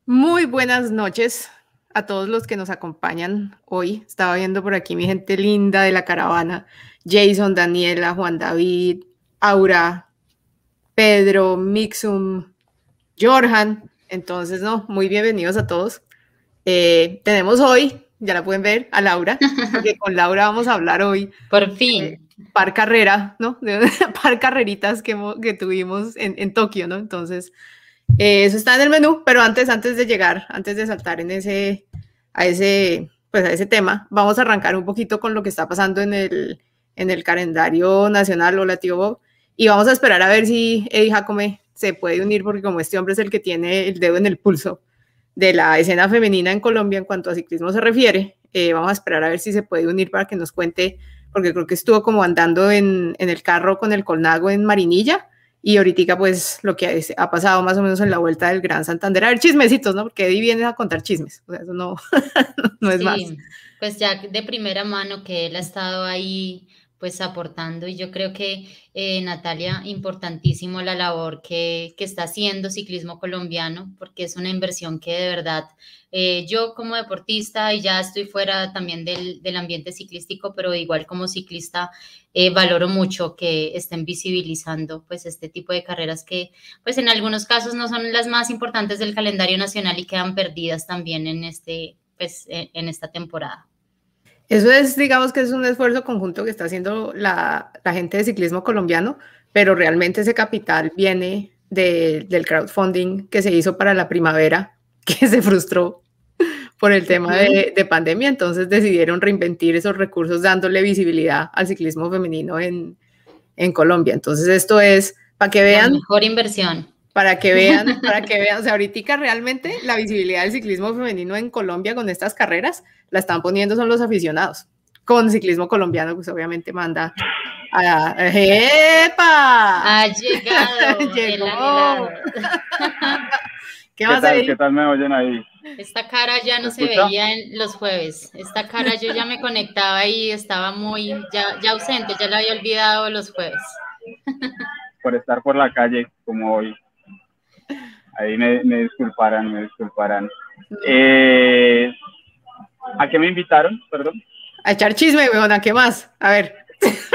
Muy buenas noches a todos los que nos acompañan hoy. Estaba viendo por aquí mi gente linda de la caravana. Jason, Daniela, Juan David, Aura, Pedro, Mixum, Jorjan. Entonces, no, muy bienvenidos a todos. Tenemos hoy, ya la pueden ver, a Laura, porque con Laura vamos a hablar hoy Por fin. par carrera, ¿no? De par carreritas que tuvimos en Tokio, ¿no? Entonces, eso está en el menú, pero antes de llegar, antes de saltar a ese tema, vamos a arrancar un poquito con lo que está pasando en el calendario nacional. Hola, tío Bob. Y vamos a esperar a ver si Eddie Jacome se puede unir, porque como este hombre es el que tiene el dedo en el pulso de la escena femenina en Colombia en cuanto a ciclismo se refiere, vamos a esperar a ver si se puede unir para que nos cuente, porque creo que estuvo como andando en el carro con el Colnago en Marinilla, y ahorita pues lo que ha pasado más o menos en la vuelta del Gran Santander. A ver, chismecitos, ¿no? Porque Eddie viene a contar chismes, o sea, eso no, no es más. Sí, pues ya de primera mano que él ha estado ahí pues aportando y yo creo que Natalia, importantísimo la labor que está haciendo Ciclismo Colombiano porque es una inversión que de verdad yo como deportista y ya estoy fuera también del ambiente ciclístico, pero igual como ciclista valoro mucho que estén visibilizando pues este tipo de carreras que pues en algunos casos no son las más importantes del calendario nacional y quedan perdidas también en pues, en esta temporada. Eso es, digamos que es un esfuerzo conjunto que está haciendo la gente de ciclismo colombiano, pero realmente ese capital viene del crowdfunding que se hizo para la primavera, que se frustró por el tema de pandemia, entonces decidieron reinventir esos recursos dándole visibilidad al ciclismo femenino en Colombia. Entonces esto es, La mejor inversión. para que vean, o sea, ahorita realmente la visibilidad del ciclismo femenino en Colombia con estas carreras la están poniendo son los aficionados. Con ciclismo colombiano, pues obviamente manda a... ¡Epa! Ha llegado el Llegó. anhelado. ¿Qué ¿Qué más tal? ahí? ¿Qué tal me oyen ahí? Esta cara ya ¿Se no se escucha? veía en los jueves. Esta cara yo ya me conectaba y estaba ya ausente, ya la había olvidado los jueves. Por estar por la calle como hoy. Ahí me disculparán, me disculparán. Eh, ¿A qué me invitaron? Perdón. A echar chisme, weona, ¿qué más? A ver,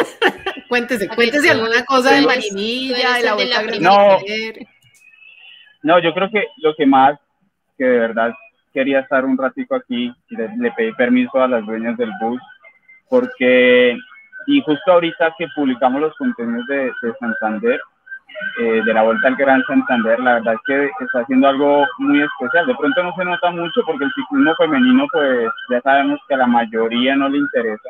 A que cuéntese alguna cosa tú de tú Marinilla, de eres la el de Vuelta a la Gran No, primicia. Santander. no, yo creo que lo que más, que de verdad quería estar un ratico aquí, le pedí permiso a las dueñas del bus, porque, y justo ahorita que publicamos los contenidos de Santander, de la Vuelta al Gran Santander, la verdad es que está haciendo algo muy especial. De pronto no se nota mucho porque el ciclismo femenino, pues ya sabemos que a la mayoría no le interesa,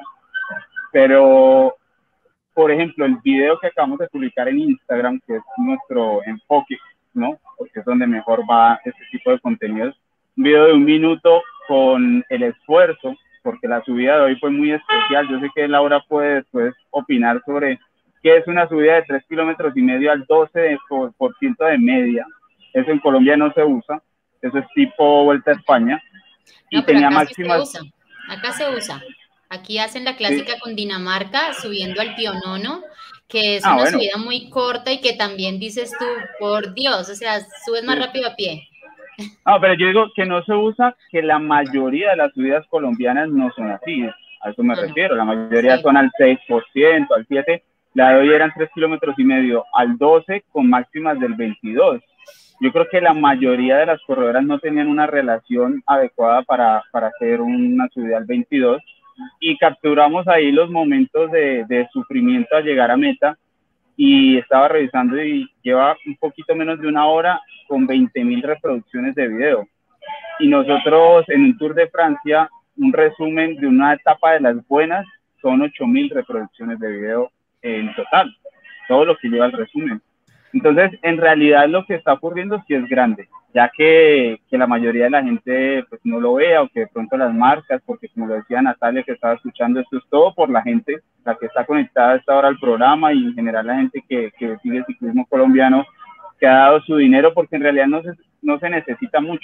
pero por ejemplo, el video que acabamos de publicar en Instagram, que es nuestro enfoque, ¿no? Porque es donde mejor va este tipo de contenidos, un video de 1 minuto con el esfuerzo, porque la subida de hoy fue muy especial. Yo sé que Laura puede después opinar sobre qué es una subida de 3,5 kilómetros al 12% de media. Eso en Colombia no se usa, eso es tipo Vuelta a España, No, y pero tenía acá sí se máximas, usa. Acá se usa. Aquí hacen la sí. clásica con Dinamarca subiendo al Pionono, que es Ah, una bueno, subida muy corta y que también dices tú, por Dios, o sea, subes más sí. rápido a pie. No, pero yo digo que no se usa, que la mayoría de las subidas colombianas no son así, a eso me No, no. refiero, la mayoría Sí. son al 6%, al 7%, la de hoy eran 3,5 kilómetros al 12 con máximas del 22. Yo creo que la mayoría de las corredoras no tenían una relación adecuada para hacer una subida al 22 y capturamos ahí los momentos de sufrimiento al llegar a meta y estaba revisando y lleva un poquito menos de 1 hora con 20,000 reproducciones de video. Y nosotros en un Tour de Francia, un resumen de una etapa de las buenas son 8,000 reproducciones de video en total, todo lo que lleva el resumen. Entonces, en realidad lo que está ocurriendo sí es grande, ya que la mayoría de la gente pues, no lo vea o que de pronto las marcas, porque como lo decía Natalia que estaba escuchando, esto es todo por la gente, la que está conectada a esta hora al programa y en general la gente que sigue el ciclismo colombiano, que ha dado su dinero porque en realidad no se necesita mucho.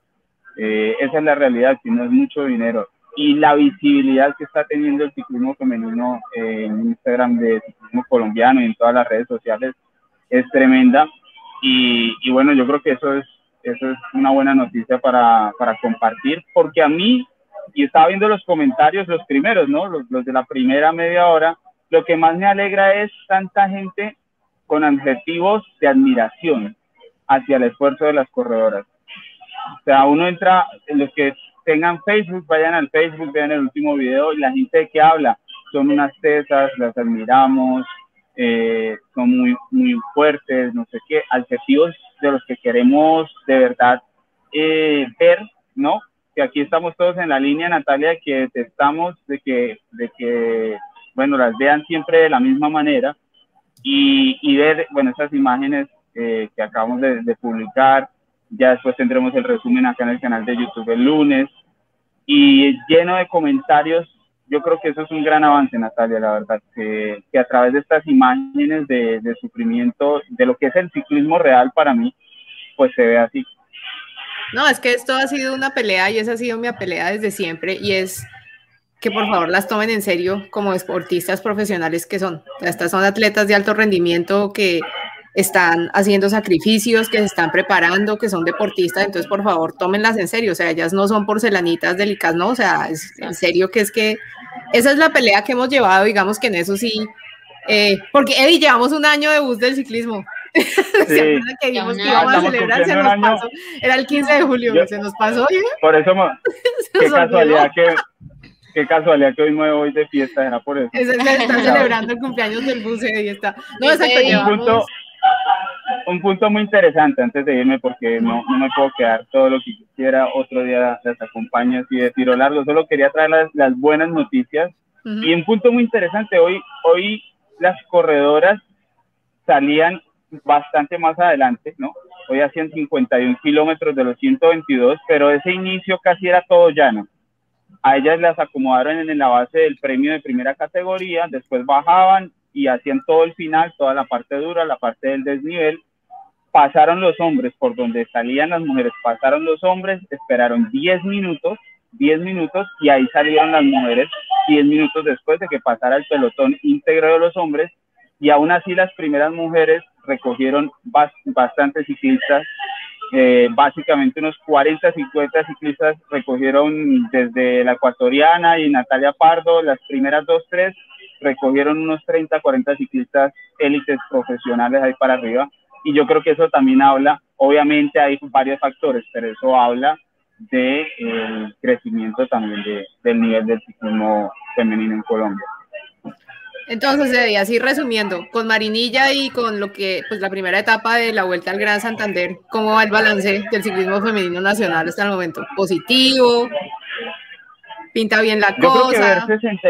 Esa es la realidad, que no es mucho dinero. Y la visibilidad que está teniendo el ciclismo femenino en Instagram de ciclismo colombiano y en todas las redes sociales es tremenda. Y bueno, yo creo que eso es eso es una buena noticia para compartir, porque a mí, y estaba viendo los comentarios, los primeros, ¿no? Los de la primera media hora, lo que más me alegra es tanta gente con adjetivos de admiración hacia el esfuerzo de las corredoras. O sea, uno entra, los que tengan Facebook, vayan al Facebook, vean el último video, y la gente que habla son unas tesas, las admiramos, son muy, muy fuertes, no sé qué, adjetivos de los que queremos de verdad ver, ¿no? Que aquí estamos todos en la línea, Natalia, que detestamos de que, bueno, las vean siempre de la misma manera y ver, bueno, esas imágenes que acabamos de publicar. Ya después tendremos el resumen acá en el canal de YouTube el lunes, y lleno de comentarios. Yo creo que eso es un gran avance, Natalia, la verdad, que a través de estas imágenes de sufrimiento, de lo que es el ciclismo real para mí, pues se ve así. No, es que esto ha sido una pelea, y esa ha sido mi pelea desde siempre, y es que por favor las tomen en serio como deportistas profesionales que son. O sea, estas son atletas de alto rendimiento que están haciendo sacrificios, que se están preparando, que son deportistas, entonces por favor tómenlas en serio. O sea, ellas no son porcelanitas delicadas, no, o sea, es en serio, que es que esa es la pelea que hemos llevado, digamos que en eso sí, porque Eddie, llevamos un año de bus del ciclismo. Sí. ¿Se acuerdan que dijimos que íbamos a celebrar? Se nos pasó, era el 15 de julio, se nos pasó, ¿eh? Por eso, qué casualidad que hoy me voy de fiesta, era por eso. Se está celebrando el cumpleaños del bus, y está. No, exacto, un punto muy interesante antes de irme, porque no me puedo quedar todo lo que quisiera. Otro día las acompaño así de tiro largo. Solo quería traer las buenas noticias. Y un punto muy interesante, hoy las corredoras salían bastante más adelante, ¿no? Hoy hacían 51 kilómetros de los 122, pero ese inicio casi era todo llano. A ellas las acomodaron en la base del premio de primera categoría, después bajaban y hacían todo el final, toda la parte dura, la parte del desnivel. Pasaron los hombres por donde salían las mujeres, pasaron los hombres, esperaron 10 minutos, y ahí salieron las mujeres 10 minutos después de que pasara el pelotón íntegro de los hombres, y aún así las primeras mujeres recogieron bastantes ciclistas. Básicamente unos 40-50 ciclistas recogieron desde la ecuatoriana y Natalia Pardo. Las primeras 2-3 recogieron unos 30-40 ciclistas élites profesionales ahí para arriba, y yo creo que eso también habla, obviamente hay varios factores, pero eso habla del crecimiento también del nivel del ciclismo femenino en Colombia. Entonces, Eddie, así resumiendo, con Marinilla y con lo que, pues la primera etapa de la Vuelta al Gran Santander, ¿cómo va el balance del ciclismo femenino nacional hasta el momento? ¿Positivo? ¿Pinta bien la cosa?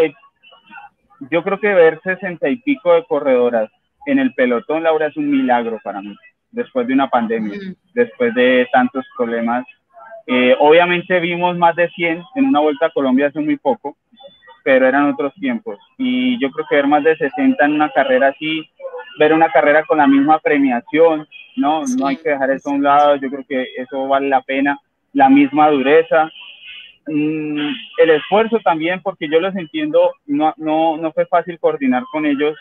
Yo creo que ver 60 y pico de corredoras en el pelotón, Laura, es un milagro para mí, después de una pandemia, después de tantos problemas. Obviamente vimos más de 100 en una Vuelta a Colombia hace muy poco, pero eran otros tiempos, y yo creo que ver más de 60 en una carrera así, ver una carrera con la misma premiación, no hay que dejar eso a un lado. Yo creo que eso vale la pena, la misma dureza, el esfuerzo también, porque yo los entiendo, no fue fácil coordinar con ellos,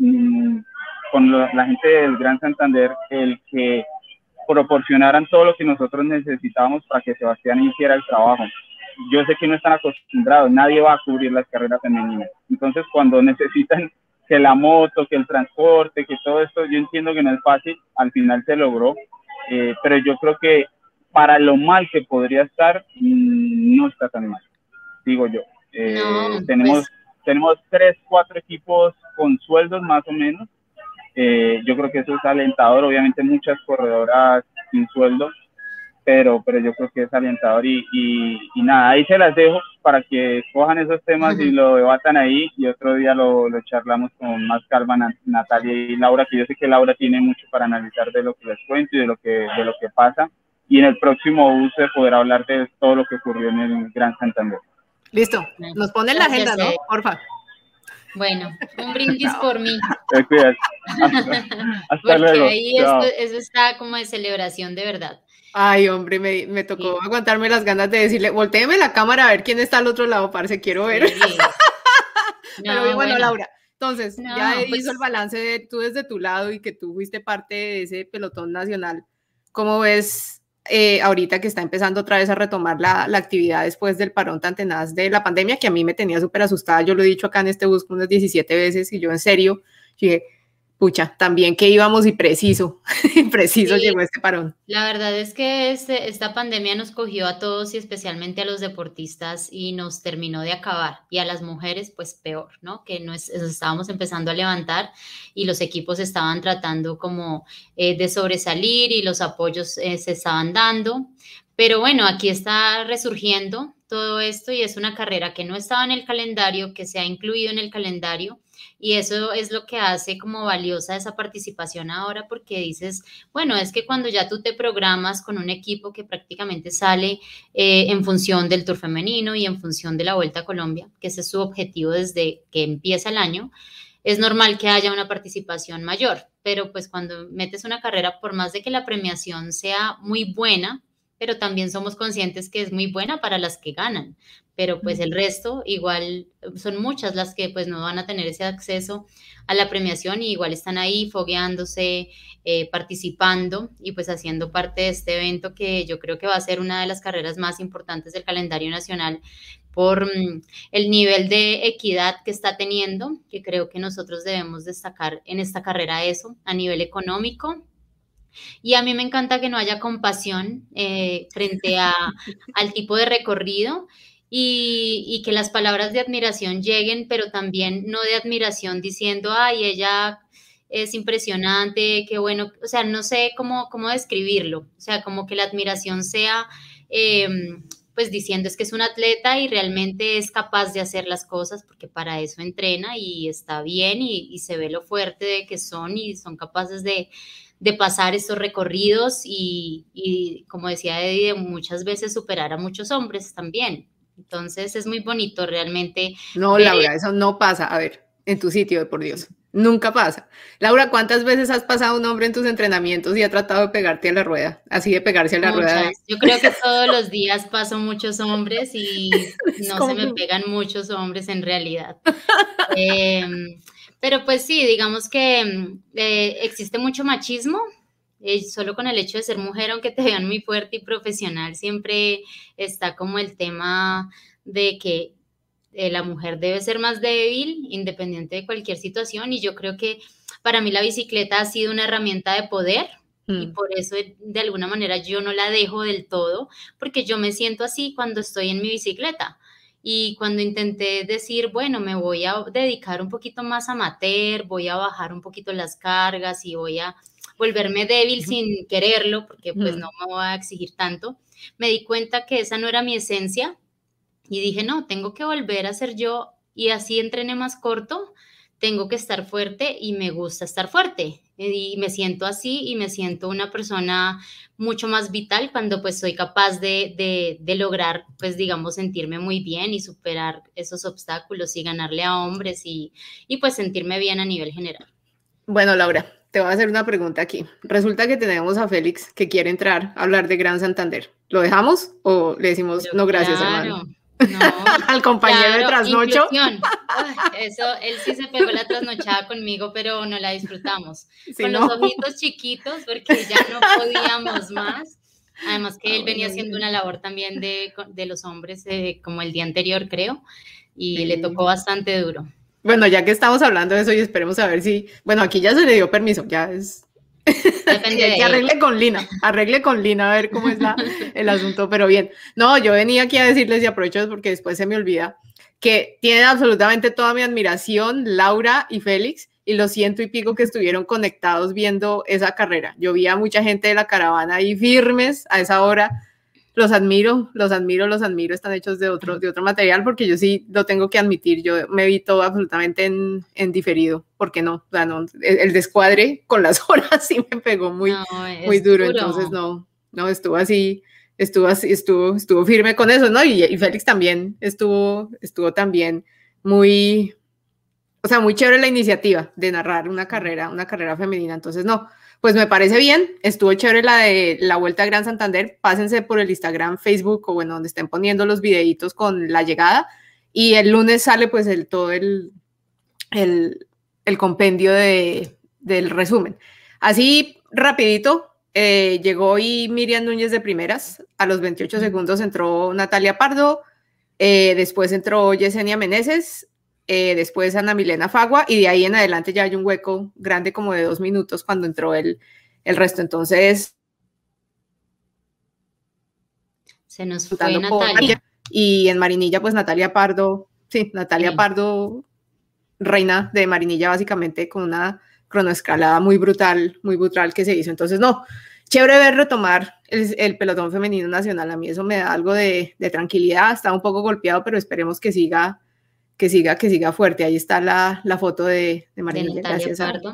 con la gente del Gran Santander, el que proporcionaran todo lo que nosotros necesitábamos para que Sebastián hiciera el trabajo. Yo sé que no están acostumbrados, nadie va a cubrir las carreras femeninas. Entonces, cuando necesitan que la moto, que el transporte, que todo esto, yo entiendo que no es fácil, al final se logró, pero yo creo que para lo mal que podría estar, no está tan mal, digo yo. Tenemos 3, 4 equipos con sueldos más o menos. Yo creo que eso es alentador, obviamente muchas corredoras sin sueldo, pero yo creo que es alentador, y nada, ahí se las dejo para que cojan esos temas y lo debatan ahí, y otro día lo charlamos con más calma, Natalia y Laura, que yo sé que Laura tiene mucho para analizar de lo que les cuento y de lo que pasa, y en el próximo bus se podrá hablar de todo lo que ocurrió en el Gran Santander. Listo, nos ponen la agenda, ¿no? Porfa. Bueno, un brindis por mí. Cuídate. Hasta luego. Ahí eso está como de celebración de verdad. Ay, hombre, me tocó aguantarme las ganas de decirle, voltéeme la cámara a ver quién está al otro lado, parce, quiero ver. Sí. Pero bueno, Laura, entonces, ya hizo el balance de tú desde tu lado, y que tú fuiste parte de ese pelotón nacional. ¿Cómo ves ahorita que está empezando otra vez a retomar la actividad después del parón tan tenaz de la pandemia, que a mí me tenía súper asustada. Yo lo he dicho acá en este bus unas 17 veces y yo en serio dije, pucha, también que íbamos y preciso sí, llegó este parón. La verdad es que esta pandemia nos cogió a todos y especialmente a los deportistas y nos terminó de acabar. Y a las mujeres, pues peor, ¿no? Que nos estábamos empezando a levantar y los equipos estaban tratando como de sobresalir y los apoyos se estaban dando. Pero bueno, aquí está resurgiendo todo esto y es una carrera que no estaba en el calendario, que se ha incluido en el calendario. Y eso es lo que hace como valiosa esa participación ahora, porque dices, bueno, es que cuando ya tú te programas con un equipo que prácticamente sale en función del Tour femenino y en función de la Vuelta a Colombia, que ese es su objetivo desde que empieza el año, es normal que haya una participación mayor. Pero pues cuando metes una carrera, por más de que la premiación sea muy buena, pero también somos conscientes que es muy buena para las que ganan, pero pues el resto igual son muchas las que pues no van a tener ese acceso a la premiación y igual están ahí fogueándose, participando y pues haciendo parte de este evento que yo creo que va a ser una de las carreras más importantes del calendario nacional por el nivel de equidad que está teniendo, que creo que nosotros debemos destacar en esta carrera eso, a nivel económico. Y a mí me encanta que no haya compasión frente al tipo de recorrido y que las palabras de admiración lleguen, pero también no de admiración diciendo, ay, ella es impresionante, qué bueno, o sea, no sé cómo describirlo, o sea, como que la admiración sea, pues diciendo es que es un atleta y realmente es capaz de hacer las cosas porque para eso entrena y está bien y se ve lo fuerte de que son y son capaces de pasar estos recorridos y como decía Eddie, muchas veces superar a muchos hombres también. Entonces es muy bonito realmente. No, Laura, eso no pasa. A ver, en tu sitio, por Dios, nunca pasa. Laura, ¿cuántas veces has pasado un hombre en tus entrenamientos y ha tratado de pegarte a la rueda? Así de pegarse a la rueda. Yo creo que todos los días paso muchos hombres y no se me pegan muchos hombres en realidad. Pero pues sí, digamos que existe mucho machismo, solo con el hecho de ser mujer, aunque te vean muy fuerte y profesional, siempre está como el tema de que la mujer debe ser más débil, independiente de cualquier situación, y yo creo que para mí la bicicleta ha sido una herramienta de poder, y por eso de alguna manera yo no la dejo del todo, porque yo me siento así cuando estoy en mi bicicleta. Y cuando intenté decir, bueno, me voy a dedicar un poquito más amateur, voy a bajar un poquito las cargas y voy a volverme débil sin quererlo, porque pues no me voy a exigir tanto, me di cuenta que esa no era mi esencia y dije, no, tengo que volver a ser yo y así entrené más corto, tengo que estar fuerte y me gusta estar fuerte y me siento así y me siento una persona mucho más vital cuando pues soy capaz de lograr pues digamos sentirme muy bien y superar esos obstáculos y ganarle a hombres y pues sentirme bien a nivel general. Bueno, Laura, te voy a hacer una pregunta aquí. Resulta que tenemos a Félix que quiere entrar a hablar de Gran Santander. ¿Lo dejamos o le decimos no gracias, hermano? No, al compañero de trasnocho. Eso, él sí se pegó la trasnochada conmigo, pero no la disfrutamos. Sí, con los ojitos chiquitos, porque ya no podíamos más. Además que él venía haciendo una labor también de los hombres, como el día anterior, creo, y le tocó bastante duro. Bueno, ya que estamos hablando de eso y esperemos a ver si... Bueno, aquí ya se le dio permiso, ya es... Depende de que arregle con Lina a ver cómo es el asunto, pero bien. No, yo venía aquí a decirles y aprovecho porque después se me olvida que tienen absolutamente toda mi admiración Laura y Félix y los 100 y pico que estuvieron conectados viendo esa carrera. Yo vi a mucha gente de la caravana ahí firmes a esa hora. Los admiro, están hechos de otro material porque yo sí lo tengo que admitir, yo me vi todo absolutamente en diferido, porque no, o sea, no, el descuadre con las horas sí me pegó muy duro, entonces no, estuvo así, estuvo firme con eso, ¿no? Y Félix también estuvo también muy, o sea, muy chévere la iniciativa de narrar una carrera femenina, entonces no. Pues me parece bien, estuvo chévere la de la Vuelta a Gran Santander, pásense por el Instagram, Facebook o bueno, donde estén poniendo los videitos con la llegada y el lunes sale pues todo el compendio del resumen. Así rapidito, llegó y Miriam Núñez de primeras, a los 28 segundos entró Natalia Pardo, después entró Yesenia Meneses, después Ana Milena Fagua, y de ahí en adelante ya hay un hueco grande como de 2 minutos cuando entró el resto. Entonces, se nos fue Natalia. Y en Marinilla, pues Natalia Pardo, Pardo, reina de Marinilla, básicamente, con una cronoescalada muy brutal que se hizo. Entonces, no, chévere ver retomar el pelotón femenino nacional. A mí eso me da algo de tranquilidad. Está un poco golpeado, pero esperemos que siga fuerte. Ahí está la foto de Marinilla. De Natalia Pardo.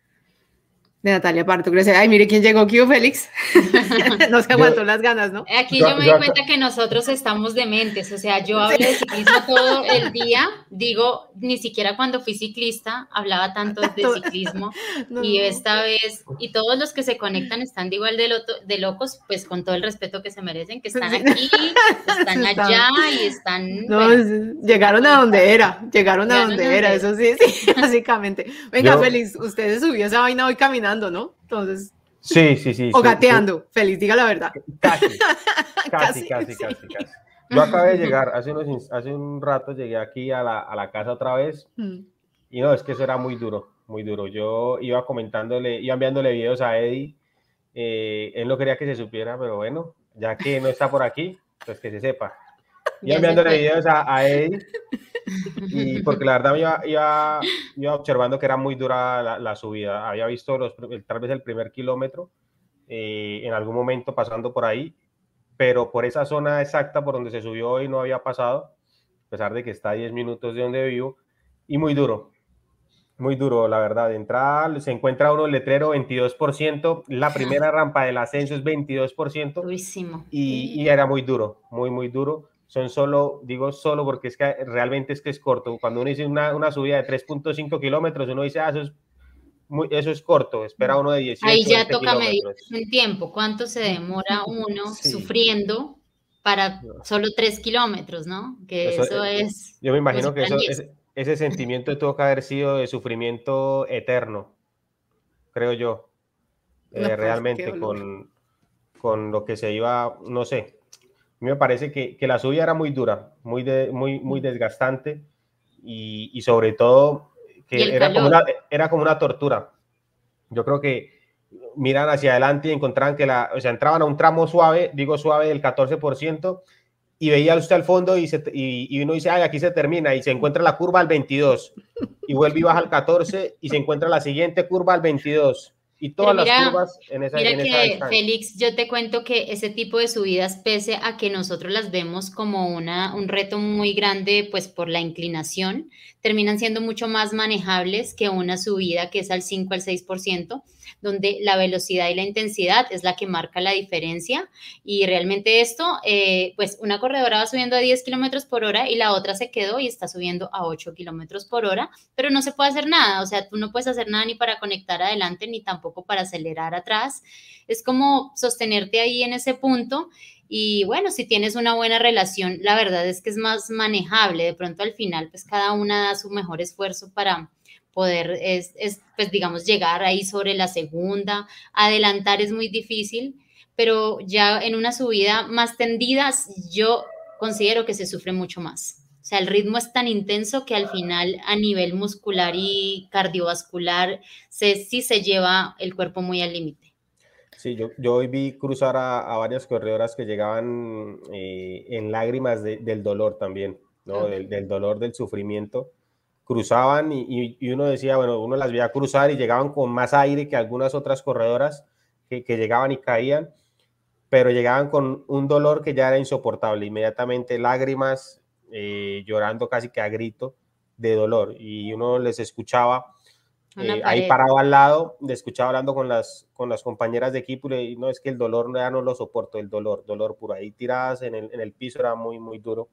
De Natalia Pardo, gracias. Ay, mire quién llegó aquí, Félix. No se aguantó las ganas, ¿no? Aquí yo me di cuenta que nosotros estamos dementes. O sea, yo hablo de ciclismo todo el día. Digo, ni siquiera cuando fui ciclista hablaba tanto de ciclismo. No. Y esta vez, y todos los que se conectan están de igual de locos, pues con todo el respeto que se merecen, que están aquí, están allá y están... No, bueno, llegaron a donde era, eso sí, básicamente. Venga, Félix, usted se subió esa vaina hoy caminando, ¿no? Entonces. Sí. O gateando. Sí. Félix, diga la verdad. Casi. Yo acabé de llegar, hace un rato llegué aquí a la casa otra vez. Y no, es que eso era muy duro. Yo iba enviándole videos a Eddie. Él no quería que se supiera, pero bueno, ya que no está por aquí, pues que se sepa. Iba enviándole videos a Eddie. Y porque la verdad iba observando que era muy dura la subida. Había visto tal vez el primer kilómetro en algún momento pasando por ahí, pero por esa zona exacta por donde se subió hoy no había pasado, a pesar de que está a 10 minutos de donde vivo, y muy duro, la verdad. De entrada se encuentra uno el letrero 22%, la primera rampa del ascenso es 22%, y era muy duro, muy duro. Son digo solo porque es que realmente es corto. Cuando uno dice una subida de 3.5 kilómetros, uno dice, eso es corto, espera uno de 18 Ahí ya toca medir el tiempo, cuánto se demora uno sufriendo para solo 3 kilómetros, ¿no? Que eso es... Yo me imagino que ese sentimiento tuvo que haber sido de sufrimiento eterno, creo yo, realmente con lo que se iba, no sé. A mí me parece que la subida era muy dura, muy desgastante y sobre todo que era como una tortura. Yo creo que miran hacia adelante y encontraban que entraban a un tramo suave, digo suave del 14%, y veía usted al fondo y uno dice, ay, aquí se termina, y se encuentra la curva al 22, y vuelve y baja al 14, y se encuentra la siguiente curva al 22. Y todas las curvas en esa distancia. Félix, yo te cuento que ese tipo de subidas, pese a que nosotros las vemos como un reto muy grande, pues por la inclinación, terminan siendo mucho más manejables que una subida que es al 5 al 6%, donde la velocidad y la intensidad es la que marca la diferencia. Y realmente esto, pues una corredora va subiendo a 10 kilómetros por hora y la otra se quedó y está subiendo a 8 kilómetros por hora, pero no se puede hacer nada. O sea, tú no puedes hacer nada ni para conectar adelante ni tampoco para acelerar atrás. Es como sostenerte ahí en ese punto. Y bueno, si tienes una buena relación, la verdad es que es más manejable. De pronto al final, pues cada una da su mejor esfuerzo para poder, pues digamos, llegar ahí sobre la segunda. Adelantar es muy difícil, pero ya en una subida más tendida, yo considero que se sufre mucho más. O sea, el ritmo es tan intenso que al final a nivel muscular y cardiovascular sí se lleva el cuerpo muy al límite. Sí, yo hoy vi cruzar a varias corredoras que llegaban en lágrimas del dolor también, ¿no? Del dolor, del sufrimiento. Cruzaban y uno decía, bueno, uno las veía cruzar y llegaban con más aire que algunas otras corredoras que llegaban y caían, pero llegaban con un dolor que ya era insoportable. Inmediatamente lágrimas, llorando casi que a grito de dolor. Y uno les escuchaba ahí parado al lado, le escuchaba hablando con las compañeras de equipo y no, es que el dolor ya no lo soporto, el dolor puro. Ahí tiradas en el piso era muy duro.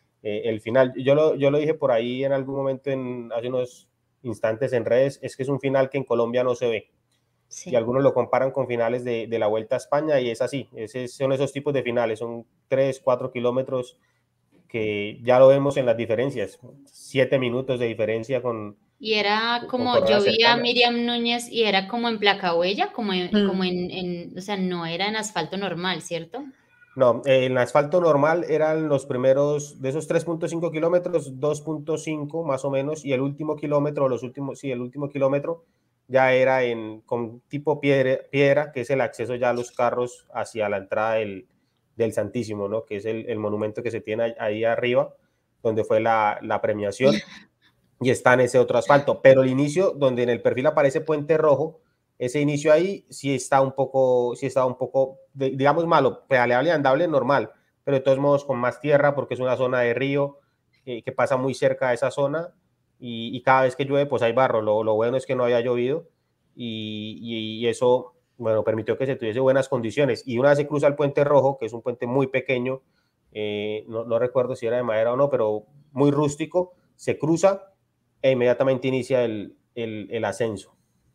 El final, yo lo dije por ahí en algún momento hace unos instantes en redes, es que es un final que en Colombia no se ve. Sí. Y algunos lo comparan con finales de la Vuelta a España y es así, son esos tipos de finales, son 3-4 kilómetros que ya lo vemos en las diferencias, 7 minutos de diferencia con Y era como, yo vi a Miriam Núñez y era como en placa huella, como o sea, no era en asfalto normal, ¿cierto? No, en asfalto normal eran los primeros, de esos 3.5 kilómetros, 2.5 más o menos, y el último kilómetro, el último kilómetro ya era con tipo piedra, que es el acceso ya a los carros hacia la entrada del Santísimo, ¿no? Que es el monumento que se tiene ahí arriba, donde fue la premiación, y está en ese otro asfalto. Pero el inicio, donde en el perfil aparece Puente Rojo, ese inicio ahí sí está un poco, digamos, malo, pedaleable y andable normal, pero de todos modos con más tierra, porque es una zona de río que pasa muy cerca de esa zona, y cada vez que llueve pues hay barro. Lo bueno es que no haya llovido, y eso, bueno, permitió que se tuviese buenas condiciones. Y una vez se cruza el Puente Rojo, que es un puente muy pequeño, no recuerdo si era de madera o no, pero muy rústico, se cruza e inmediatamente inicia el ascenso.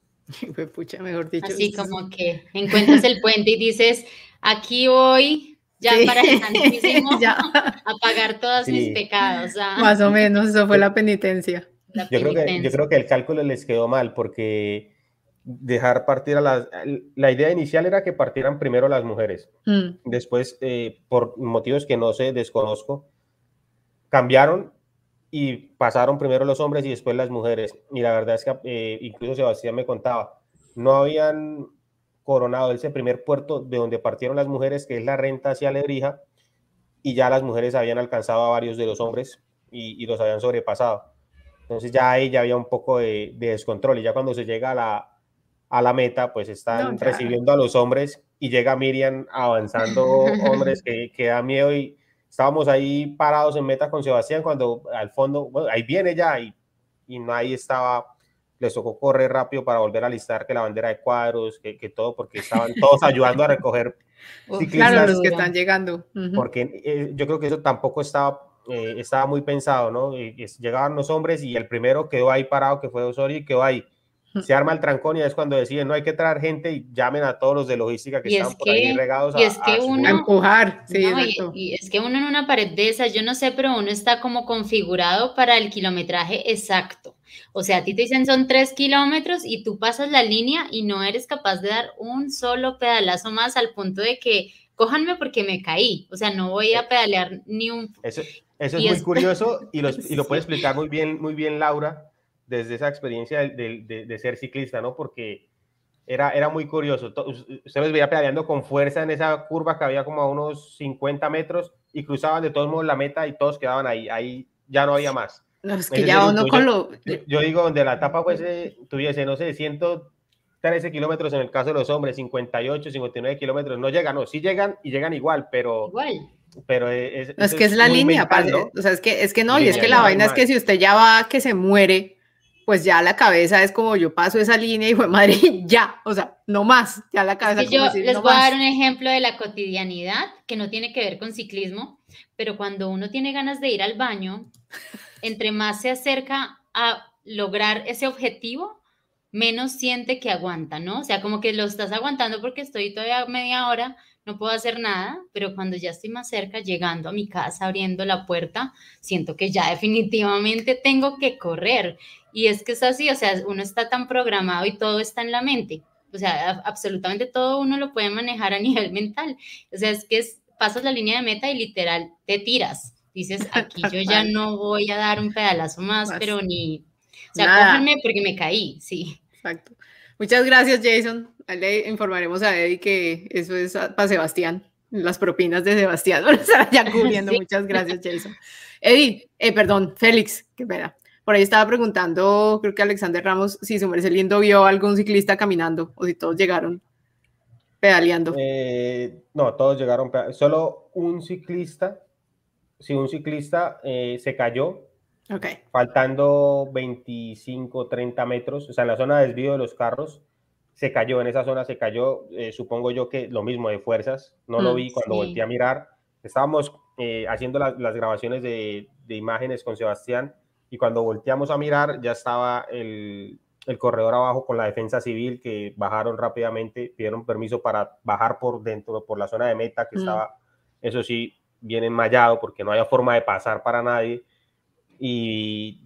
Pucha, mejor dicho. Así como que encuentras el puente y dices, aquí voy ya para el Santísimo a pagar todos mis pecados. Más o menos, eso fue la penitencia. Yo creo que el cálculo les quedó mal, porque dejar partir la idea inicial era que partieran primero las mujeres. Después, por motivos que no sé, desconozco, cambiaron y pasaron primero los hombres y después las mujeres. Y la verdad es que incluso Sebastián me contaba, no habían coronado ese primer puerto de donde partieron las mujeres, que es la Renta hacia Lebrija, y ya las mujeres habían alcanzado a varios de los hombres y los habían sobrepasado. Entonces ya ahí ya había un poco de descontrol, y ya cuando se llega a la meta, pues están recibiendo a los hombres y llega Miriam avanzando hombres que da miedo, y estábamos ahí parados en meta con Sebastián cuando al fondo, bueno, ahí viene ya, y ahí estaba, les tocó correr rápido para volver a alistar que la bandera de cuadros, que todo, porque estaban todos ayudando a recoger ciclistas. Claro, los que están llegando. Porque yo creo que eso tampoco estaba muy pensado, ¿no? Llegaban los hombres y el primero quedó ahí parado, que fue Osorio, y quedó ahí. Se arma el trancón y es cuando deciden, no, hay que traer gente, y llamen a todos los de logística que estaban por ahí regados a empujar. Sí, no, y es que uno en una pared de esas, yo no sé, pero uno está como configurado para el kilometraje exacto. O sea, a ti te dicen son 3 kilómetros y tú pasas la línea y no eres capaz de dar un solo pedalazo más, al punto de que cójanme porque me caí. O sea, no voy a pedalear ni un... Eso es muy curioso, y lo puede explicar muy bien Laura, desde esa experiencia de ser ciclista, ¿no? Porque era muy curioso. Usted los veía pedaleando con fuerza en esa curva que había como a unos 50 metros, y cruzaban de todos modos la meta y todos quedaban ahí ya no había más. No, es que ya uno con yo digo, donde la etapa tuviese, no sé, 113 kilómetros en el caso de los hombres, 58, 59 kilómetros, no llegan, no, sí llegan y llegan igual, pero... Igual. Pero es que es la línea, mental, ¿no? O sea, es que no, y es que la vaina es que si usted ya va que se muere, pues ya la cabeza es como, yo paso esa línea y fue madre, ya, o sea, no más, ya la cabeza. Es que yo les voy a dar un ejemplo de la cotidianidad que no tiene que ver con ciclismo, pero cuando uno tiene ganas de ir al baño, entre más se acerca a lograr ese objetivo, menos siente que aguanta, ¿no? O sea, como que lo estás aguantando porque estoy todavía media hora, no puedo hacer nada, pero cuando ya estoy más cerca, llegando a mi casa, abriendo la puerta, siento que ya definitivamente tengo que correr. Y es que es así, o sea, uno está tan programado y todo está en la mente. O sea, absolutamente todo uno lo puede manejar a nivel mental. O sea, es que pasas la línea de meta y literal te tiras. Dices, aquí yo ya no voy a dar un pedalazo más, pero ni... O sea, cójanme porque me caí, sí. Exacto. Muchas gracias, Jason. Le informaremos a Eddie que eso es para Sebastián, las propinas de Sebastián. Van a estar ya cubriendo. Sí. Muchas gracias, Jason. Eddie, perdón, Félix, qué pena. Por ahí estaba preguntando, creo que Alexander Ramos, si su merced lindo vio a algún ciclista caminando o si todos llegaron pedaleando. No, todos llegaron, solo un ciclista, se cayó. Okay. Faltando 25, 30 metros, o sea, en la zona de desvío de los carros, se cayó, en esa zona se cayó, supongo yo que lo mismo de fuerzas, no lo vi cuando volteé a mirar, estábamos haciendo las grabaciones de imágenes con Sebastián, y cuando volteamos a mirar ya estaba el corredor abajo con la defensa civil, que bajaron rápidamente, pidieron permiso para bajar por dentro, por la zona de meta, que estaba, eso sí, bien enmallado, porque no había forma de pasar para nadie, y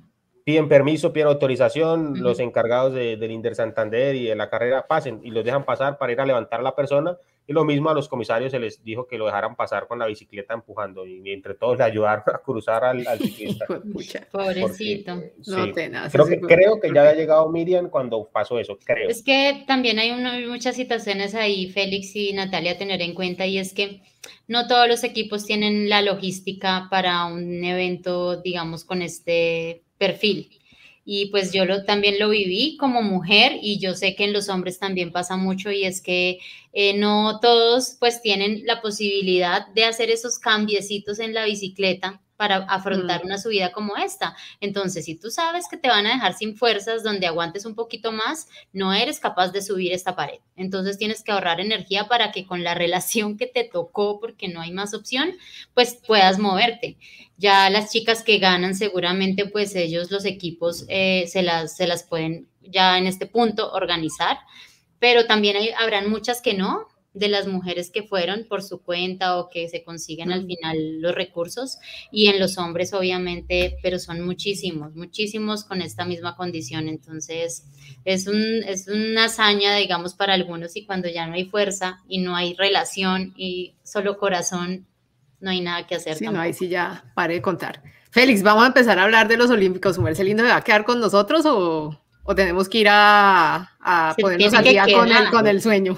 piden permiso, piden autorización, los encargados del Inder Santander y de la carrera pasen y los dejan pasar para ir a levantar a la persona, y lo mismo a los comisarios se les dijo que lo dejaran pasar con la bicicleta empujando, y entre todos le ayudaron a cruzar al ciclista. Pobrecito. Porque, sí, creo que ya había llegado Miriam cuando pasó eso, creo. Es que también hay muchas situaciones ahí, Félix y Natalia, a tener en cuenta, y es que no todos los equipos tienen la logística para un evento, digamos, con este perfil. Y pues yo también lo viví como mujer, y yo sé que en los hombres también pasa mucho, y es que no todos pues tienen la posibilidad de hacer esos cambiecitos en la bicicleta para afrontar una subida como esta. Entonces, si tú sabes que te van a dejar sin fuerzas, donde aguantes un poquito más, no eres capaz de subir esta pared. Entonces tienes que ahorrar energía para que con la relación que te tocó, porque no hay más opción, pues puedas moverte. Ya las chicas que ganan, seguramente pues ellos, los equipos, se las pueden ya en este punto organizar, pero también habrán muchas que no, de las mujeres que fueron por su cuenta o que se consiguen al final los recursos, y en los hombres obviamente, pero son muchísimos con esta misma condición. Entonces es una hazaña, digamos, para algunos, y cuando ya no hay fuerza y no hay relación y solo corazón, no hay nada que hacer. Sí, tampoco. No, ahí sí ya paré de contar. Félix, vamos a empezar a hablar de los Olímpicos. ¿Su merced lindo se va a quedar con nosotros o tenemos que ir a ponernos al día con el sueño?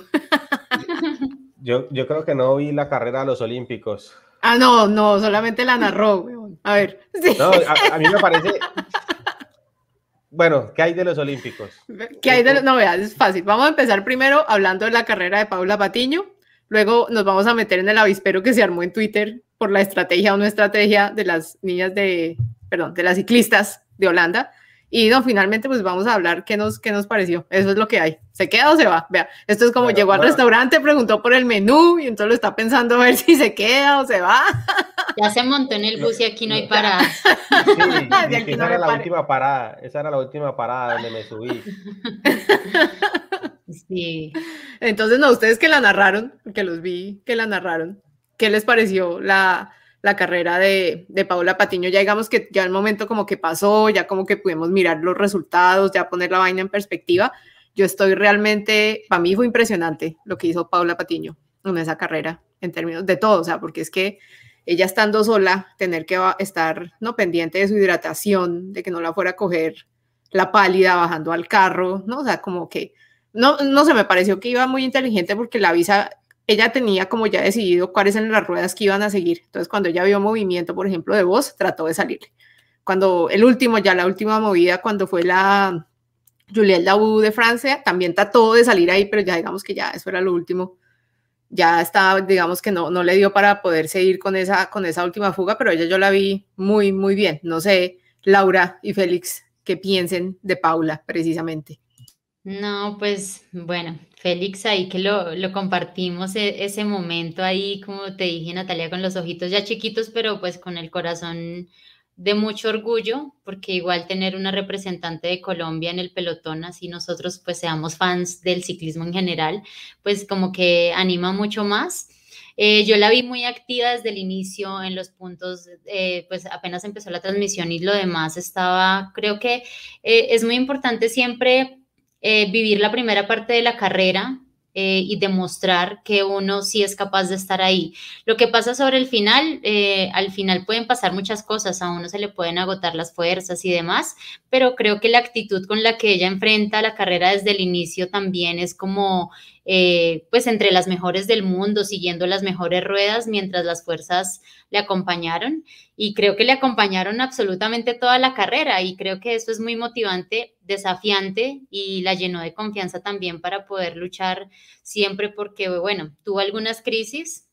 Yo creo que no vi la carrera de los Olímpicos. Ah, no, solamente la narró. A ver. Sí. No, a mí me parece... Bueno, ¿qué hay de los Olímpicos? ¿Qué hay de los... No, veas, es fácil. Vamos a empezar primero hablando de la carrera de Paula Patiño. Luego nos vamos a meter en el avispero que se armó en Twitter por la estrategia o no estrategia de las niñas de las ciclistas de Holanda. Y no, finalmente pues vamos a hablar qué nos pareció. Eso es lo que hay. ¿Se queda o se va? Vea, esto es como llegó al restaurante, preguntó por el menú y entonces lo está pensando a ver si se queda o se va. Ya se montó en el bus y aquí no hay parada. Sí, esa era la última parada. Esa era la última parada donde me subí. Sí. Entonces, no, ustedes que la narraron, porque los vi que la narraron, ¿qué les pareció la carrera de Paula Patiño? Ya digamos que ya el momento como que pasó, ya como que pudimos mirar los resultados, ya poner la vaina en perspectiva. Yo estoy realmente, para mí fue impresionante lo que hizo Paula Patiño en esa carrera, en términos de todo, o sea, porque es que ella estando sola, tener que estar no pendiente de su hidratación, de que no la fuera a coger la pálida bajando al carro, ¿no? O sea, como que, no sé, me pareció que iba muy inteligente porque la visa... Ella tenía como ya decidido cuáles eran las ruedas que iban a seguir. Entonces, cuando ella vio movimiento, por ejemplo, de voz, trató de salirle. Cuando la última movida, cuando fue la Juliette Labou de Francia, también trató de salir ahí, pero ya digamos que ya eso era lo último. Ya estaba, digamos que no le dio para poder seguir con esa última fuga, pero ella yo la vi muy, muy bien. No sé, Laura y Félix, qué piensen de Paula, precisamente. No, pues bueno, Félix, ahí que lo compartimos, ese momento ahí, como te dije, Natalia, con los ojitos ya chiquitos, pero pues con el corazón de mucho orgullo, porque igual tener una representante de Colombia en el pelotón, así nosotros pues seamos fans del ciclismo en general, pues como que anima mucho más. Yo la vi muy activa desde el inicio en los puntos, pues apenas empezó la transmisión y lo demás estaba, creo que es muy importante siempre vivir la primera parte de la carrera y demostrar que uno sí es capaz de estar ahí. Lo que pasa sobre el final, al final pueden pasar muchas cosas, a uno se le pueden agotar las fuerzas y demás, pero creo que la actitud con la que ella enfrenta la carrera desde el inicio también es como, pues entre las mejores del mundo, siguiendo las mejores ruedas mientras las fuerzas le acompañaron, y creo que le acompañaron absolutamente toda la carrera, y creo que eso es muy motivante, desafiante, y la llenó de confianza también para poder luchar siempre, porque bueno, tuvo algunas crisis,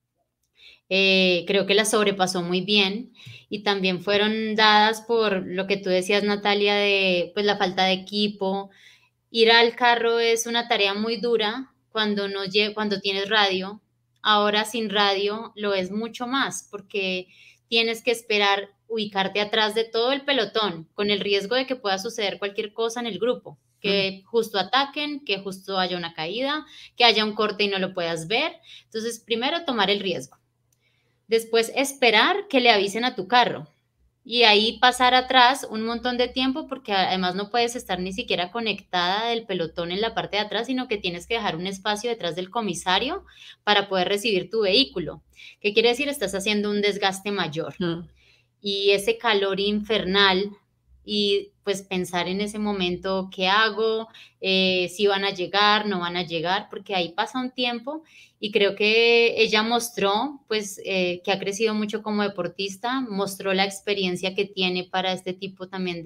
creo que las sobrepasó muy bien, y también fueron dadas por lo que tú decías, Natalia, de pues la falta de equipo. Ir al carro es una tarea muy dura cuando tienes radio. Ahora sin radio lo es mucho más, porque tienes que esperar ubicarte atrás de todo el pelotón, con el riesgo de que pueda suceder cualquier cosa en el grupo, que justo ataquen, que justo haya una caída, que haya un corte y no lo puedas ver. Entonces, primero tomar el riesgo. Después, esperar que le avisen a tu carro. y ahí pasar atrás un montón de tiempo, porque además no puedes estar ni siquiera conectada del pelotón en la parte de atrás, sino que tienes que dejar un espacio detrás del comisario para poder recibir tu vehículo. ¿Qué quiere decir? Estás haciendo un desgaste mayor. Y ese calor infernal, y pues pensar en ese momento, ¿qué hago? Si van a llegar, no van a llegar, porque ahí pasa un tiempo, y creo que ella mostró pues que ha crecido mucho como deportista, mostró la experiencia que tiene para este tipo también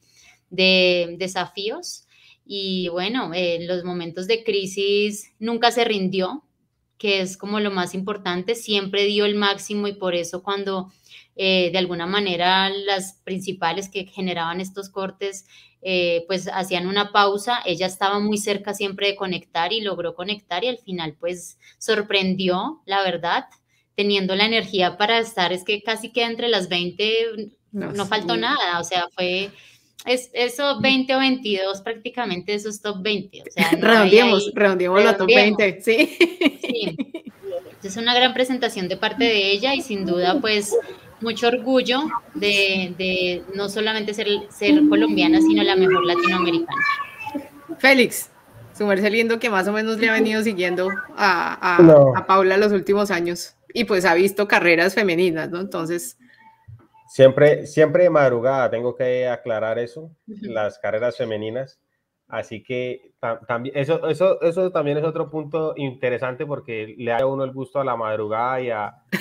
de desafíos, y bueno, los momentos de crisis nunca se rindió, que es como lo más importante, siempre dio el máximo, y por eso cuando de alguna manera las principales que generaban estos cortes pues hacían una pausa, ella estaba muy cerca siempre de conectar y logró conectar, y al final pues sorprendió, la verdad, teniendo la energía para estar, es que casi queda entre las 20, no faltó nada, o sea, fue eso 20 o 22 prácticamente esos top 20, o sea, no redondeemos la top 20, sí. Sí, es una gran presentación de parte de ella, y sin duda pues mucho orgullo de no solamente ser colombiana, sino la mejor latinoamericana. Félix, su merced lindo, que más o menos le ha venido siguiendo a Paula los últimos años, y pues ha visto carreras femeninas, ¿no? Entonces... Siempre de madrugada, tengo que aclarar eso, las carreras femeninas. Así que también eso también es otro punto interesante, porque le da a uno el gusto a la madrugada y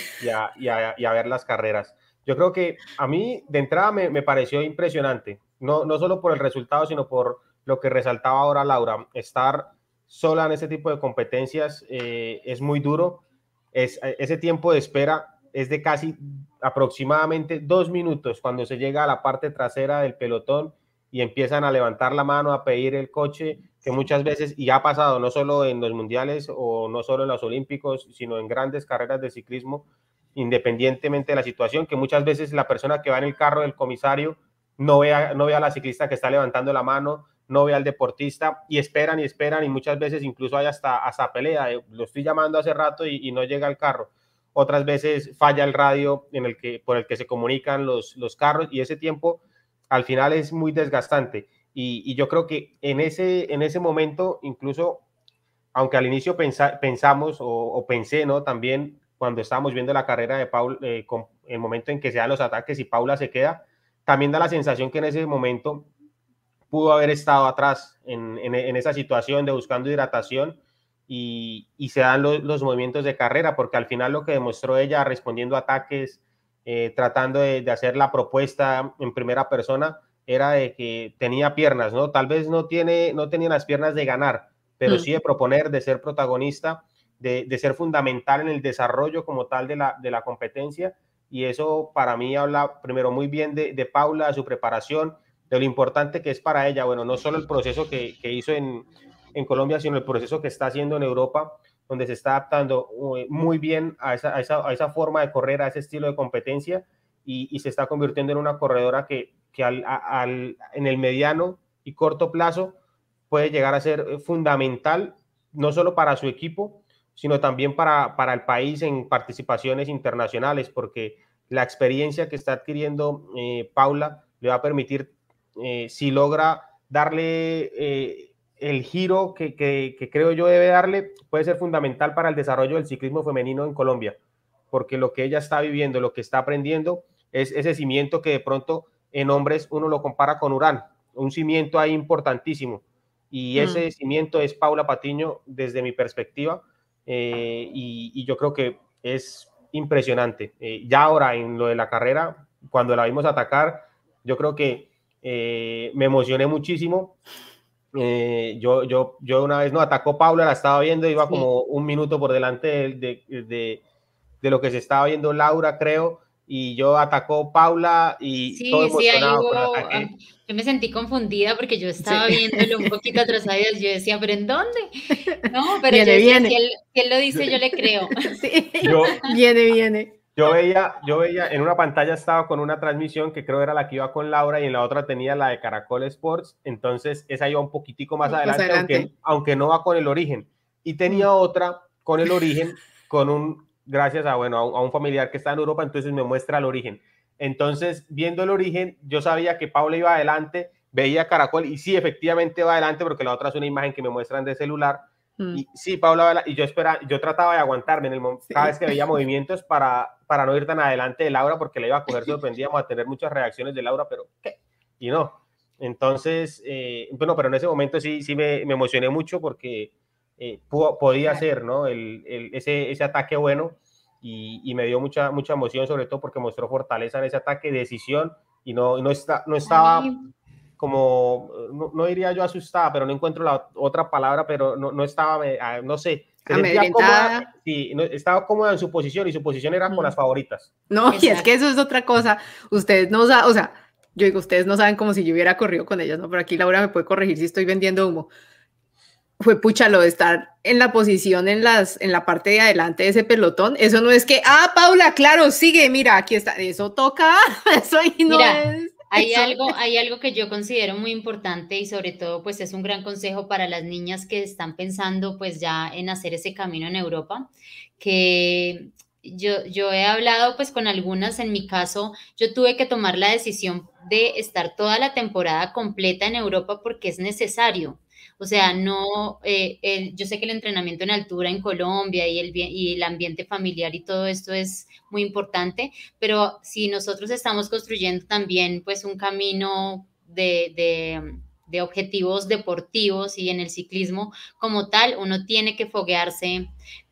a ver las carreras. Yo creo que a mí de entrada me pareció impresionante, no solo por el resultado, sino por lo que resaltaba ahora Laura. Estar sola en ese tipo de competencias es muy duro. Ese tiempo de espera es de casi aproximadamente 2 minutos cuando se llega a la parte trasera del pelotón y empiezan a levantar la mano a pedir el coche, que muchas veces, y ha pasado no solo en los mundiales o no solo en los olímpicos, sino en grandes carreras de ciclismo, independientemente de la situación, que muchas veces la persona que va en el carro del comisario no ve a la ciclista que está levantando la mano, no ve al deportista, y esperan, y muchas veces incluso hay hasta pelea, lo estoy llamando hace rato y no llega el carro. Otras veces falla el radio por el que se comunican los carros, y ese tiempo al final es muy desgastante. Y yo creo que en ese momento, incluso, aunque al inicio pensamos o pensé, ¿no? También cuando estábamos viendo la carrera de Paula, con el momento en que se dan los ataques y Paula se queda, también da la sensación que en ese momento pudo haber estado atrás en esa situación de buscando hidratación, y se dan los movimientos de carrera, porque al final lo que demostró ella respondiendo a ataques, tratando de hacer la propuesta en primera persona, era de que tenía piernas, ¿no? Tal vez no tenía las piernas de ganar, pero sí de proponer, de ser protagonista, de ser fundamental en el desarrollo como tal de la competencia, y eso para mí habla primero muy bien de Paula, de su preparación, de lo importante que es para ella, bueno, no solo el proceso que hizo en Colombia, sino el proceso que está haciendo en Europa, donde se está adaptando muy bien a esa forma de correr, a ese estilo de competencia, y se está convirtiendo en una corredora que en el mediano y corto plazo puede llegar a ser fundamental, no solo para su equipo, sino también para el país en participaciones internacionales, porque la experiencia que está adquiriendo Paula le va a permitir, si logra darle el giro que creo yo debe darle, puede ser fundamental para el desarrollo del ciclismo femenino en Colombia, porque lo que ella está viviendo, lo que está aprendiendo, es ese cimiento que de pronto en hombres uno lo compara con Urán, un cimiento ahí importantísimo, y ese cimiento es Paula Patiño desde mi perspectiva, y yo creo que es impresionante. Ya ahora en lo de la carrera, cuando la vimos atacar, yo creo que me emocioné muchísimo. Yo una vez no atacó Paula, la estaba viendo, iba como 1 minuto por delante de lo que se estaba viendo Laura, creo, y yo atacó Paula y todo emocionado con el ataque. Yo me sentí confundida porque yo estaba viéndolo un poquito atrasada, y yo decía, ¿pero en dónde? No, pero yo decía, si él lo dice, yo le creo. Sí. Viene. Yo veía, en una pantalla estaba con una transmisión que creo era la que iba con Laura, y en la otra tenía la de Caracol Sports, entonces esa iba un poquitico más adelante. Aunque no va con el origen. Y tenía otra con el origen, gracias a un familiar que está en Europa, entonces me muestra el origen. Entonces, viendo el origen, yo sabía que Paula iba adelante, veía Caracol y sí, efectivamente va adelante porque la otra es una imagen que me muestran de celular. Y sí, Paula, y yo trataba de aguantarme cada vez que veía movimientos para no ir tan adelante de Laura, porque la iba a coger sorprendida, a tener muchas reacciones de Laura, pero ¿qué? Y no. Entonces, bueno, pero en ese momento sí me emocioné mucho porque podía ser, ¿no? Ese ataque bueno y me dio mucha emoción, sobre todo porque mostró fortaleza en ese ataque, decisión y no estaba como, no diría yo asustada, pero no encuentro la otra palabra, pero no estaba, no sé, se sentía cómoda, sí, estaba cómoda en su posición y su posición era con las favoritas. No, exacto. Y es que eso es otra cosa, ustedes no saben, o sea, yo digo, ustedes no saben como si yo hubiera corrido con ellas, ¿no? Pero aquí Laura me puede corregir si estoy vendiendo humo. Fue pucha lo de estar en la posición en la parte de adelante de ese pelotón, eso no es que, Paula, claro, sigue, mira, aquí está, eso toca, eso ahí no es. Hay algo que yo considero muy importante y sobre todo pues es un gran consejo para las niñas que están pensando pues ya en hacer ese camino en Europa, que yo he hablado pues con algunas, en mi caso yo tuve que tomar la decisión de estar toda la temporada completa en Europa porque es necesario. O sea, no, yo sé que el entrenamiento en altura en Colombia y el ambiente familiar y todo esto es muy importante, pero si nosotros estamos construyendo también pues un camino de objetivos deportivos y en el ciclismo como tal, uno tiene que foguearse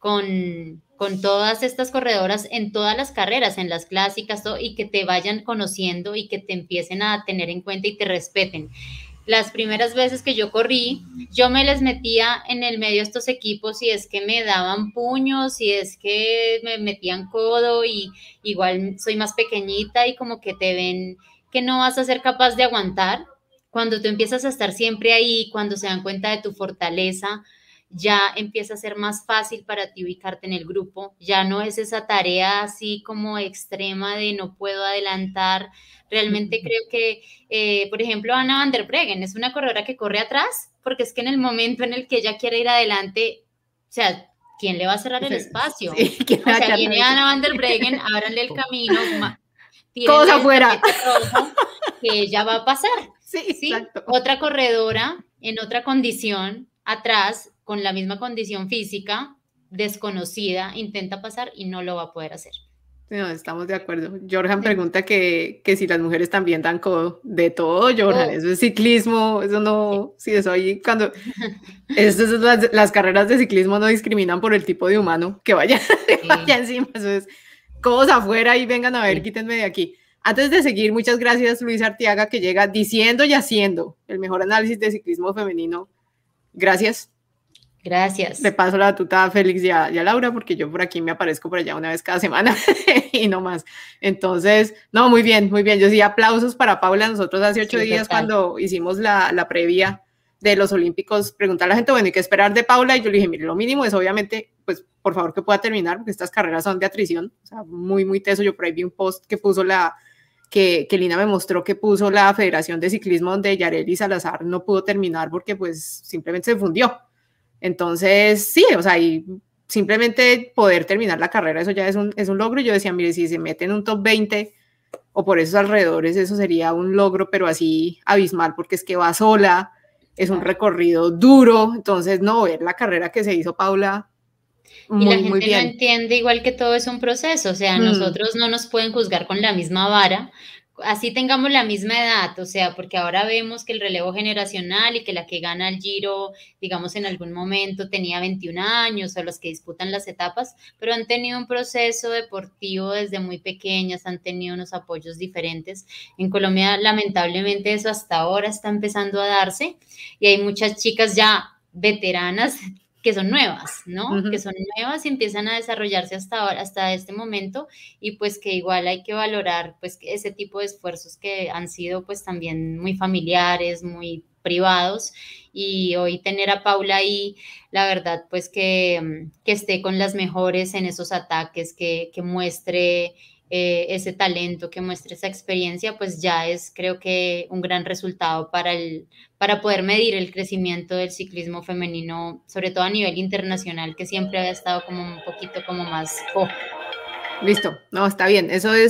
con todas estas corredoras en todas las carreras, en las clásicas, y que te vayan conociendo y que te empiecen a tener en cuenta y te respeten. Las primeras veces que yo corrí, yo me les metía en el medio de estos equipos y es que me daban puños y es que me metían codo y igual soy más pequeñita y como que te ven que no vas a ser capaz de aguantar. Cuando tú empiezas a estar siempre ahí, cuando se dan cuenta de tu fortaleza, ya empieza a ser más fácil para ti ubicarte en el grupo, ya no es esa tarea así como extrema de no puedo adelantar. Realmente creo que, por ejemplo, Anna van der Breggen es una corredora que corre atrás, porque es que en el momento en el que ella quiere ir adelante, o sea, ¿quién le va a cerrar el espacio? Sí, o sea, viene Anna van der Breggen, ábranle el camino, cosa afuera, que ella va a pasar. Sí, ¿sí? Otra corredora en otra condición, atrás, con la misma condición física, desconocida, intenta pasar y no lo va a poder hacer. No, estamos de acuerdo. Jorjan pregunta que si las mujeres también dan codo. De todo, Jorjan, eso es ciclismo, eso no, sí, eso ahí cuando las carreras de ciclismo no discriminan por el tipo de humano que vaya encima, eso es codos afuera y vengan a ver, quítenme de aquí. Antes de seguir, muchas gracias Luis Artiaga, que llega diciendo y haciendo el mejor análisis de ciclismo femenino. Gracias. Gracias. Le paso la tuta a Félix y a Laura, porque yo por aquí me aparezco por allá una vez cada semana y no más. Entonces, no, muy bien, muy bien. Yo sí, aplausos para Paula. Nosotros hace 8 días, cuando hicimos la previa de los Olímpicos, preguntar a la gente, bueno, ¿y qué esperar de Paula? Y yo le dije, mire, lo mínimo es obviamente, pues, por favor, que pueda terminar, porque estas carreras son de atrición. O sea, muy, muy teso. Yo por ahí vi un post que puso que Lina me mostró que puso la Federación de Ciclismo, donde Yareli Salazar no pudo terminar porque, pues, simplemente se fundió. Entonces, sí, o sea, y simplemente poder terminar la carrera, eso ya es un logro. Y yo decía, mire, si se mete en un top 20 o por esos alrededores, eso sería un logro, pero así abismal, porque es que va sola, es un recorrido duro. Entonces, no, ver la carrera que se hizo Paula, muy, y la gente muy bien. No entiende igual que todo es un proceso, o sea, nosotros no nos pueden juzgar con la misma vara, así tengamos la misma edad, o sea, porque ahora vemos que el relevo generacional y que la que gana el Giro, digamos, en algún momento tenía 21 años, o los que disputan las etapas, pero han tenido un proceso deportivo desde muy pequeñas, han tenido unos apoyos diferentes. En Colombia, lamentablemente, eso hasta ahora está empezando a darse, y hay muchas chicas ya veteranas que son nuevas, ¿no? Que son nuevas y empiezan a desarrollarse hasta este momento, y pues que igual hay que valorar pues ese tipo de esfuerzos que han sido pues también muy familiares, muy privados, y hoy tener a Paula ahí, la verdad pues que esté con las mejores en esos ataques, que muestre ese talento, que muestre esa experiencia, pues ya es, creo que, un gran resultado para poder medir el crecimiento del ciclismo femenino, sobre todo a nivel internacional, que siempre había estado como un poquito como más... Listo, no, está bien, eso es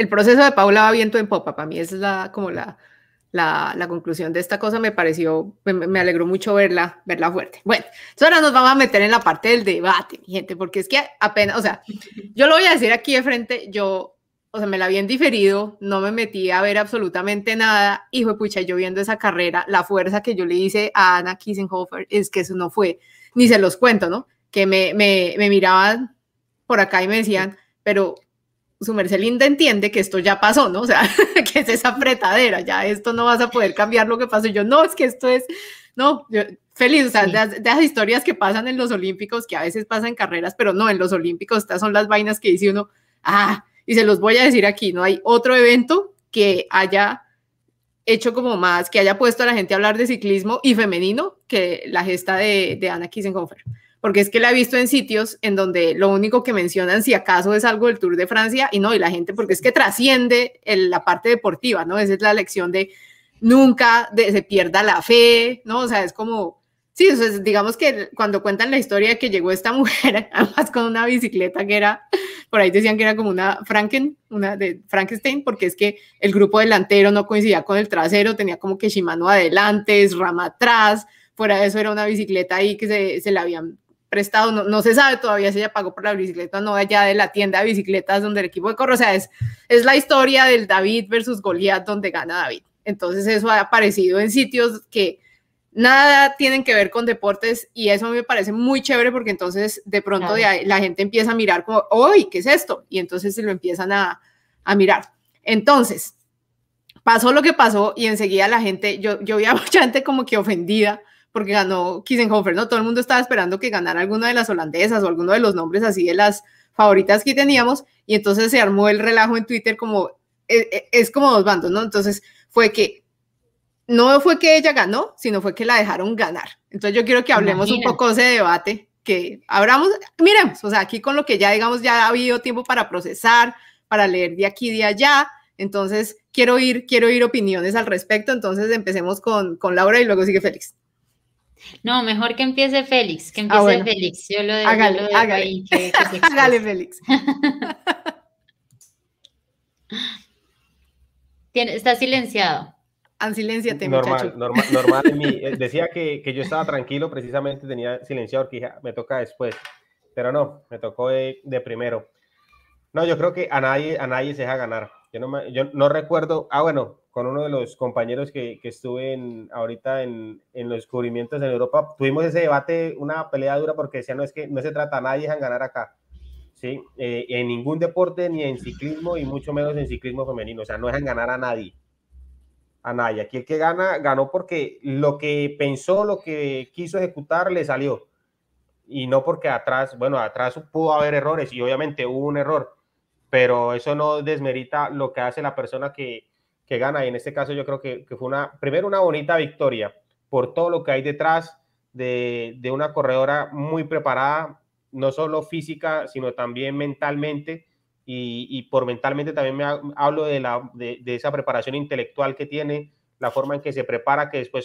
el proceso de Paula va viento en popa. Para mí esa es como la conclusión de esta cosa. Me pareció, me alegró mucho verla fuerte. Bueno, entonces ahora nos vamos a meter en la parte del debate, mi gente, porque es que apenas, o sea, yo lo voy a decir aquí de frente, o sea, me la vi en diferido, no me metí a ver absolutamente nada, y fue pucha, yo viendo esa carrera, la fuerza que yo le hice a Anna Kiesenhofer es que eso no fue, ni se los cuento, ¿no? Que me miraban por acá y me decían, pero su merced linda entiende que esto ya pasó, ¿no? O sea, que es esa apretadera, ya esto no vas a poder cambiar lo que pasó. Y yo, no, es que esto es, no, yo, feliz, o sea, sí. de las historias que pasan en los Olímpicos, que a veces pasan en carreras, pero no, en los Olímpicos estas son las vainas que dice uno, y se los voy a decir aquí, no hay otro evento que haya hecho como más, que haya puesto a la gente a hablar de ciclismo y femenino que la gesta de Anna Kiesenhofer. Porque es que la he visto en sitios en donde lo único que mencionan, si acaso, es algo del Tour de Francia, y no, y la gente, porque es que trasciende la parte deportiva, ¿no? Esa es la lección de nunca se pierda la fe, ¿no? O sea, es como, sí, o sea, digamos que cuando cuentan la historia de que llegó esta mujer, además con una bicicleta que era, por ahí decían que era como una de Frankenstein, porque es que el grupo delantero no coincidía con el trasero, tenía como que Shimano adelante, SRAM atrás, fuera de eso era una bicicleta ahí que se la habían prestado, no se sabe todavía si ella pagó por la bicicleta o no, allá de la tienda de bicicletas donde el equipo de corre, o sea, es la historia del David versus Goliat donde gana David. Entonces eso ha aparecido en sitios que nada tienen que ver con deportes y eso me parece muy chévere porque entonces de pronto la gente empieza a mirar como, ¡uy! ¿Qué es esto? Y entonces se lo empiezan a mirar. Entonces, pasó lo que pasó y enseguida la gente, yo vi a mucha gente como que ofendida porque ganó Kiesenhofer, ¿no? Todo el mundo estaba esperando que ganara alguna de las holandesas o alguno de los nombres así de las favoritas que teníamos, y entonces se armó el relajo en Twitter como, es como dos bandos, ¿no? Entonces no fue que ella ganó, sino fue que la dejaron ganar. Entonces yo quiero que hablemos un poco de ese debate, que miremos, o sea, aquí con lo que ya, digamos, ya ha habido tiempo para procesar, para leer de aquí y de allá, entonces quiero oír opiniones al respecto, entonces empecemos con Laura y luego sigue Félix. No, mejor que empiece Félix, bueno. Félix. Yo lo dejo ahí. Hágale, Félix. Está silenciado. Silénciate, muchacho. Normal en mí. Decía que yo estaba tranquilo, precisamente tenía silenciado, que dije, me toca después. Pero no, me tocó de primero. No, yo creo que a nadie se deja ganar. Yo no recuerdo, bueno, con uno de los compañeros que estuve ahorita en los descubrimientos en Europa, tuvimos ese debate, una pelea dura porque decían, no, es que no se trata, a nadie dejan ganar acá, ¿sí? En ningún deporte, ni en ciclismo, y mucho menos en ciclismo femenino, o sea, no dejan ganar a nadie. Aquí el que ganó porque lo que pensó, lo que quiso ejecutar, le salió. Y no porque atrás pudo haber errores, y obviamente hubo un error, pero eso no desmerita lo que hace la persona que gana, y en este caso yo creo que fue primero una bonita victoria por todo lo que hay detrás de una corredora muy preparada, no solo física, sino también mentalmente, y por mentalmente también hablo de esa preparación intelectual que tiene, la forma en que se prepara, que después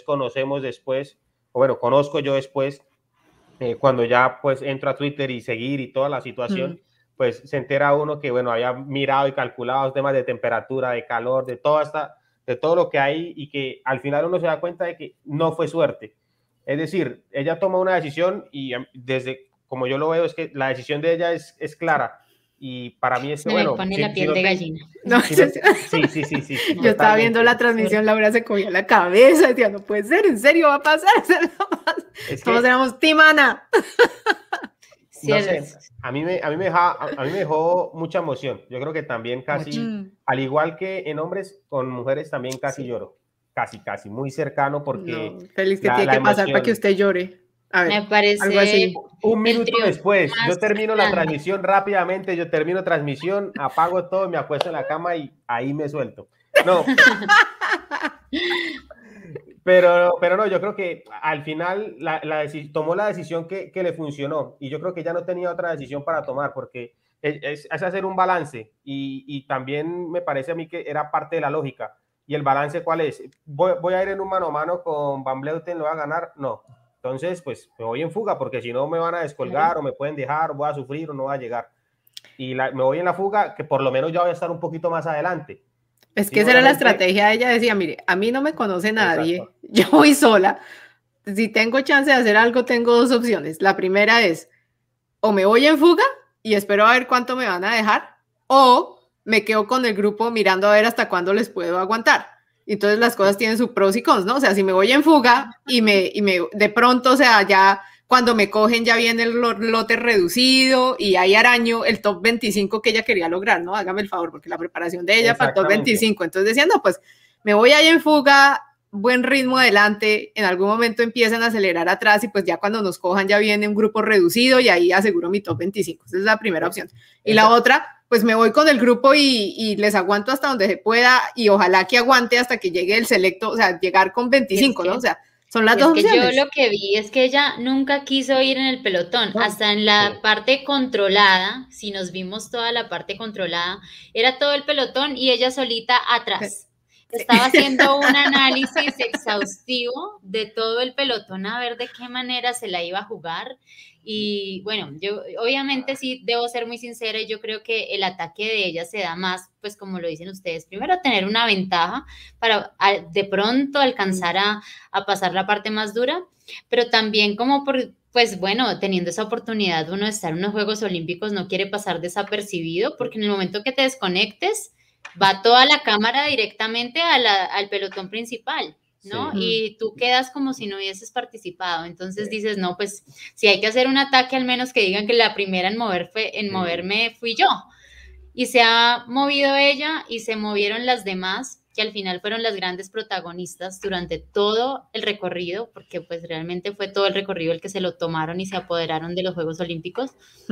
conozco yo después, cuando ya pues entro a Twitter y seguir y toda la situación, pues se entera uno que, bueno, había mirado y calculado temas de temperatura, de calor, de todo lo que hay, y que al final uno se da cuenta de que no fue suerte. Es decir, ella toma una decisión y desde como yo lo veo es que la decisión de ella es clara. Y para mí es que, bueno... Me pone la piel de gallina. Sí. Yo estaba viendo la transmisión, Laura se cogía la cabeza, decía, no puede ser, ¿en serio va a pasar? Todos éramos Team Ana. No sé, a mí me dejó mucha emoción. Yo creo que también casi, al igual que en hombres, con mujeres también casi lloro. Casi, muy cercano, porque... No, Félix, que tiene que pasar para que usted llore. A ver, me parece algo así. Un minuto después, yo termino la transmisión rápidamente, apago todo, me acuesto en la cama y ahí me suelto. No, pero no, yo creo que al final tomó la decisión que le funcionó, y yo creo que ya no tenía otra decisión para tomar, porque es hacer un balance, y también me parece a mí que era parte de la lógica. ¿Y el balance cuál es? ¿Voy a ir en un mano a mano con Van Vleuten, lo va a ganar? No. Entonces, pues me voy en fuga, porque si no me van a descolgar, o me pueden dejar, o voy a sufrir, o no va a llegar. y me voy en la fuga, que por lo menos ya voy a estar un poquito más adelante. Es que esa era la estrategia de ella, decía, mire, a mí no me conoce nadie, exacto, yo voy sola, si tengo chance de hacer algo, tengo dos opciones. La primera es, o me voy en fuga y espero a ver cuánto me van a dejar, o me quedo con el grupo mirando a ver hasta cuándo les puedo aguantar. Entonces las cosas tienen sus pros y cons, ¿no? O sea, si me voy en fuga y me de pronto, o sea, ya cuando me cogen ya viene el lote reducido y ahí araño el top 25 que ella quería lograr, ¿no? Hágame el favor, porque la preparación de ella para el top 25. Entonces decía, no, pues me voy ahí en fuga, buen ritmo adelante, en algún momento empiezan a acelerar atrás y pues ya cuando nos cojan ya viene un grupo reducido y ahí aseguro mi top 25. Esa es la primera opción. Y la otra, pues me voy con el grupo y les aguanto hasta donde se pueda y ojalá que aguante hasta que llegue el selecto, o sea, llegar con 25, ¿no? O sea, son las dos opciones. Yo lo que vi es que ella nunca quiso ir en el pelotón, hasta en la parte controlada, si nos vimos toda la parte controlada, era todo el pelotón y ella solita atrás. Estaba haciendo un análisis exhaustivo de todo el pelotón a ver de qué manera se la iba a jugar. Y bueno, yo obviamente sí debo ser muy sincera y yo creo que el ataque de ella se da más, pues como lo dicen ustedes, primero tener una ventaja para de pronto alcanzar a pasar la parte más dura, pero también como por, pues bueno, teniendo esa oportunidad uno de estar en unos Juegos Olímpicos no quiere pasar desapercibido porque en el momento que te desconectes va toda la cámara directamente al pelotón principal, ¿no? Sí. Y tú quedas como si no hubieses participado. Entonces dices, no, pues si hay que hacer un ataque, al menos que digan que la primera en moverme fui yo. Y se ha movido ella y se movieron las demás, que al final fueron las grandes protagonistas durante todo el recorrido, porque pues realmente fue todo el recorrido el que se lo tomaron y se apoderaron de los Juegos Olímpicos.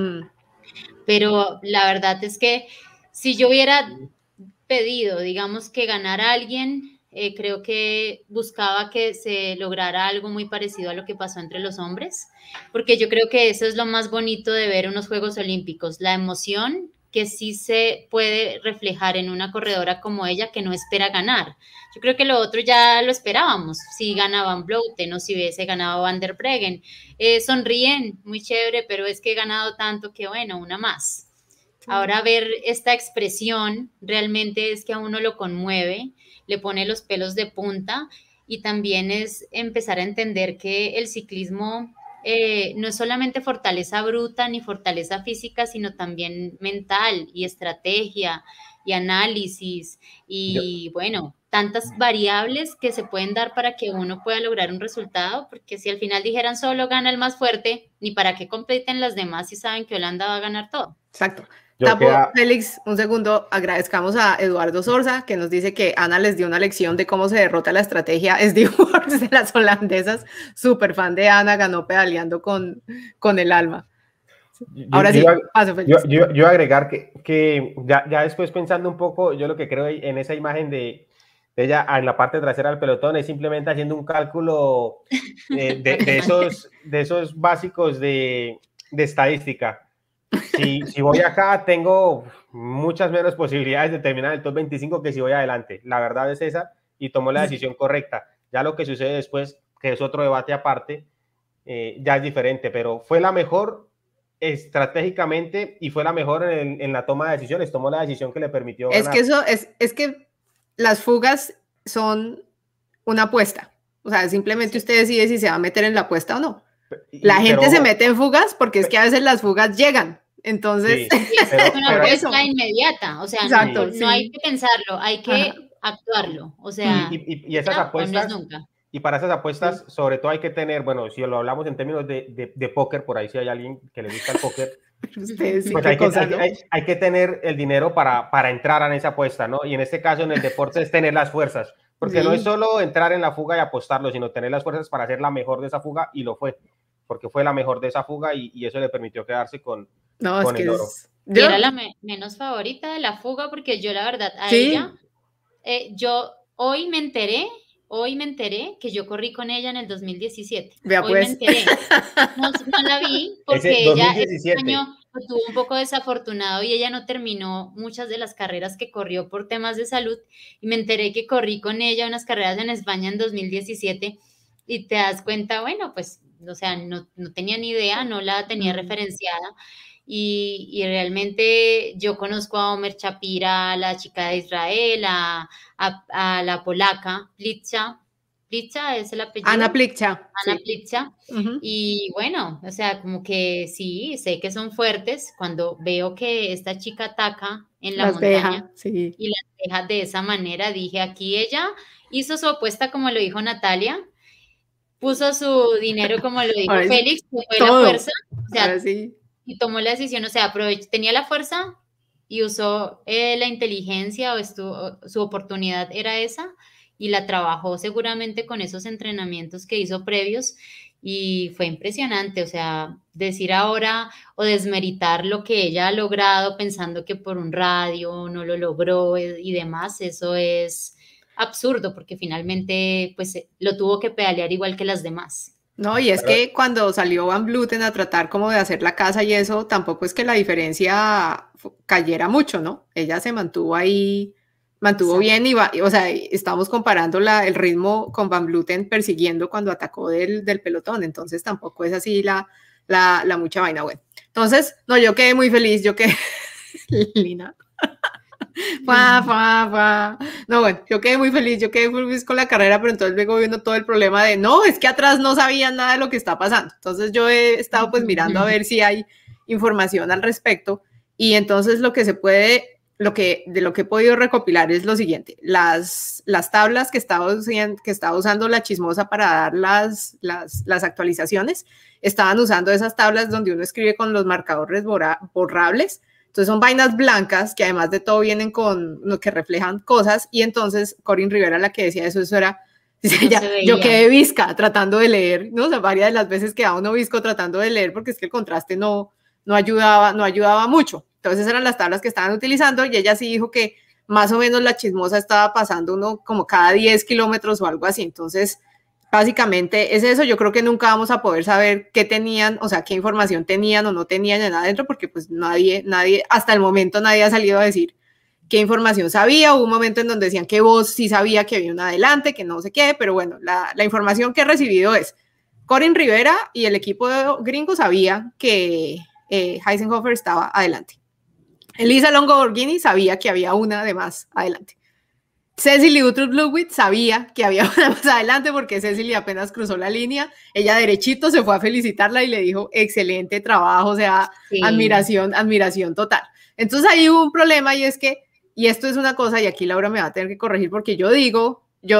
Pero la verdad es que si yo hubiera pedido, digamos, que ganara alguien, creo que buscaba que se lograra algo muy parecido a lo que pasó entre los hombres, porque yo creo que eso es lo más bonito de ver unos Juegos Olímpicos, la emoción que sí se puede reflejar en una corredora como ella que no espera ganar. Yo creo que lo otro ya lo esperábamos, si ganaba Van Vleuten o si hubiese ganado Van der Breggen. Sonríen, muy chévere, pero es que he ganado tanto que bueno, una más. Ahora ver esta expresión realmente es que a uno lo conmueve, le pone los pelos de punta y también es empezar a entender que el ciclismo no es solamente fortaleza bruta ni fortaleza física, sino también mental y estrategia y análisis y bueno, tantas variables que se pueden dar para que uno pueda lograr un resultado, porque si al final dijeran solo gana el más fuerte, ni para qué compiten las demás si saben que Holanda va a ganar todo. Exacto. Félix, un segundo, agradezcamos a Eduardo Sorza, que nos dice que Ana les dio una lección de cómo se derrota la estrategia SD-Works de las holandesas, súper fan de Ana, ganó pedaleando con el alma. Ahora sí, paso, Félix. Yo agregar que ya después pensando un poco, yo lo que creo en esa imagen de ella en la parte trasera del pelotón es simplemente haciendo un cálculo de esos básicos de estadística. Si voy acá, tengo muchas menos posibilidades de terminar el top 25 que si voy adelante. La verdad es esa y tomó la decisión correcta. Ya lo que sucede después, que es otro debate aparte, ya es diferente, pero fue la mejor estratégicamente y fue la mejor en la toma de decisiones. Tomó la decisión que le permitió ganar. Es que eso es que las fugas son una apuesta. O sea, simplemente usted decide si se va a meter en la apuesta o no. La gente se mete en fugas porque es que a veces las fugas llegan. Entonces, es una apuesta inmediata. O sea, exacto, no hay que pensarlo, hay que actuarlo. O sea, y esas apuestas, no nunca. Y para esas apuestas, sobre todo hay que tener, bueno, si lo hablamos en términos de póker, por ahí si hay alguien que le gusta el póker, pues hay que tener el dinero para entrar en esa apuesta, ¿no? Y en este caso, en el deporte, es tener las fuerzas. Porque no es solo entrar en la fuga y apostarlo, sino tener las fuerzas para hacer la mejor de esa fuga, y lo fue, porque fue la mejor de esa fuga y eso le permitió quedarse con el oro. Yo era la menos favorita de la fuga, porque yo la verdad a ella, yo hoy me enteré que yo corrí con ella en el 2017. Vea, hoy pues. me enteré. No la vi porque ella este año estuvo un poco desafortunado y ella no terminó muchas de las carreras que corrió por temas de salud, y me enteré que corrí con ella unas carreras en España en 2017 y te das cuenta, bueno, pues, o sea, no tenía ni idea, no la tenía referenciada. y realmente yo conozco a Omer Shapira, la chica de Israel, a la polaca, Plicha es el apellido. Ana Plicha. Ana Plicha. Y bueno, o sea, como que sí, sé que son fuertes. Cuando veo que esta chica ataca en la montaña y las deja de esa manera, dije, aquí ella hizo su apuesta como lo dijo Natalia, puso su dinero como lo dijo Félix, que fue la fuerza, o sea, y tomó la decisión, o sea, tenía la fuerza y usó la inteligencia su oportunidad era esa y la trabajó seguramente con esos entrenamientos que hizo previos y fue impresionante, o sea, decir ahora o desmeritar lo que ella ha logrado pensando que por un radio no lo logró y demás, eso es absurdo porque finalmente pues lo tuvo que pedalear igual que las demás. No, y es que cuando salió Van Vleuten a tratar como de hacer la casa y eso, tampoco es que la diferencia cayera mucho, ¿no? Ella se mantuvo ahí, mantuvo bien o sea, estamos comparando el ritmo con Van Vleuten persiguiendo cuando atacó del pelotón, entonces tampoco es así la mucha vaina. Bueno, entonces, no, yo quedé muy feliz, Lina. No, bueno, yo quedé muy feliz con la carrera, pero entonces luego viendo todo el problema de, no, es que atrás no sabían nada de lo que está pasando. Entonces yo he estado pues mirando a ver si hay información al respecto y entonces lo que he podido recopilar es lo siguiente, las tablas que estaba usando la chismosa para dar las actualizaciones, estaban usando esas tablas donde uno escribe con los marcadores borrables. Entonces son vainas blancas que además de todo vienen con lo que reflejan cosas y entonces Corinne Rivera la que decía eso era, yo quedé visca tratando de leer, ¿no? O sea, varias de las veces quedaba uno visco tratando de leer porque es que el contraste no ayudaba mucho. Entonces eran las tablas que estaban utilizando y ella sí dijo que más o menos la chismosa estaba pasando uno como cada 10 kilómetros o algo así. Entonces, básicamente es eso, yo creo que nunca vamos a poder saber qué tenían, o sea, qué información tenían o no tenían en adentro, porque pues nadie, hasta el momento nadie ha salido a decir qué información sabía. Hubo un momento en donde decían que vos sí sabía que había un adelante, que no sé qué, pero bueno, la información que he recibido es, Corinne Rivera y el equipo gringo sabía que Heisenhofer estaba adelante. Elisa Longo Borghini sabía que había una de más adelante. Cecily Uttrup-Ludwig sabía que había una más adelante porque Cecily apenas cruzó la línea, ella derechito se fue a felicitarla y le dijo excelente trabajo, o sea, admiración total. Entonces ahí hubo un problema y es que, y esto es una cosa y aquí Laura me va a tener que corregir porque yo digo,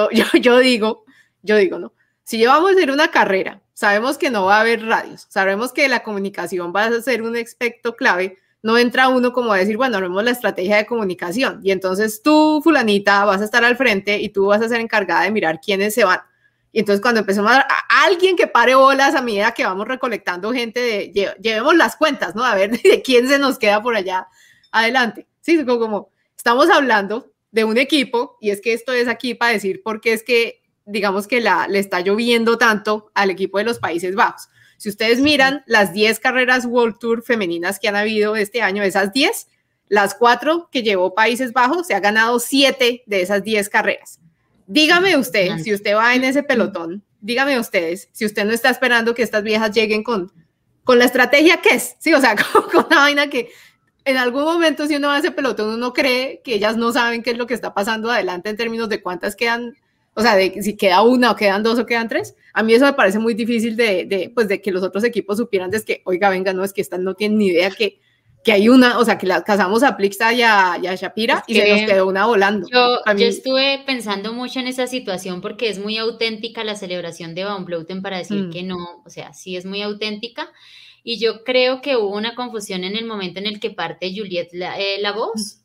¿no? Si llevamos a hacer una carrera, sabemos que no va a haber radios, sabemos que la comunicación va a ser un aspecto clave. No entra uno como a decir, bueno, haremos la estrategia de comunicación y entonces tú, fulanita, vas a estar al frente y tú vas a ser encargada de mirar quiénes se van. Y entonces cuando empezamos a alguien que pare bolas a medida que vamos recolectando gente, llevemos las cuentas, ¿no? A ver de quién se nos queda por allá adelante. Sí, como estamos hablando de un equipo y es que esto es aquí para decir por qué es que, digamos que le está lloviendo tanto al equipo de los Países Bajos. Si ustedes miran las 10 carreras World Tour femeninas que han habido este año, esas 10, las 4 que llevó Países Bajos, se ha ganado 7 de esas 10 carreras. Dígame usted, si usted va en ese pelotón, dígame ustedes, si usted no está esperando que estas viejas lleguen con la estrategia que es, sí, o sea, con una vaina que en algún momento si uno va a ese pelotón, uno cree que ellas no saben qué es lo que está pasando adelante en términos de cuántas quedan. O sea, de si queda una o quedan dos o quedan tres, a mí eso me parece muy difícil de que los otros equipos supieran de que, oiga, venga, no, es que estas no tienen ni idea que hay una, o sea, que la casamos a Plixa y a Shapira y se nos quedó una volando. Yo estuve pensando mucho en esa situación porque es muy auténtica la celebración de Van Vleuten para decir que no, o sea, sí es muy auténtica y yo creo que hubo una confusión en el momento en el que parte Juliette Lavoie,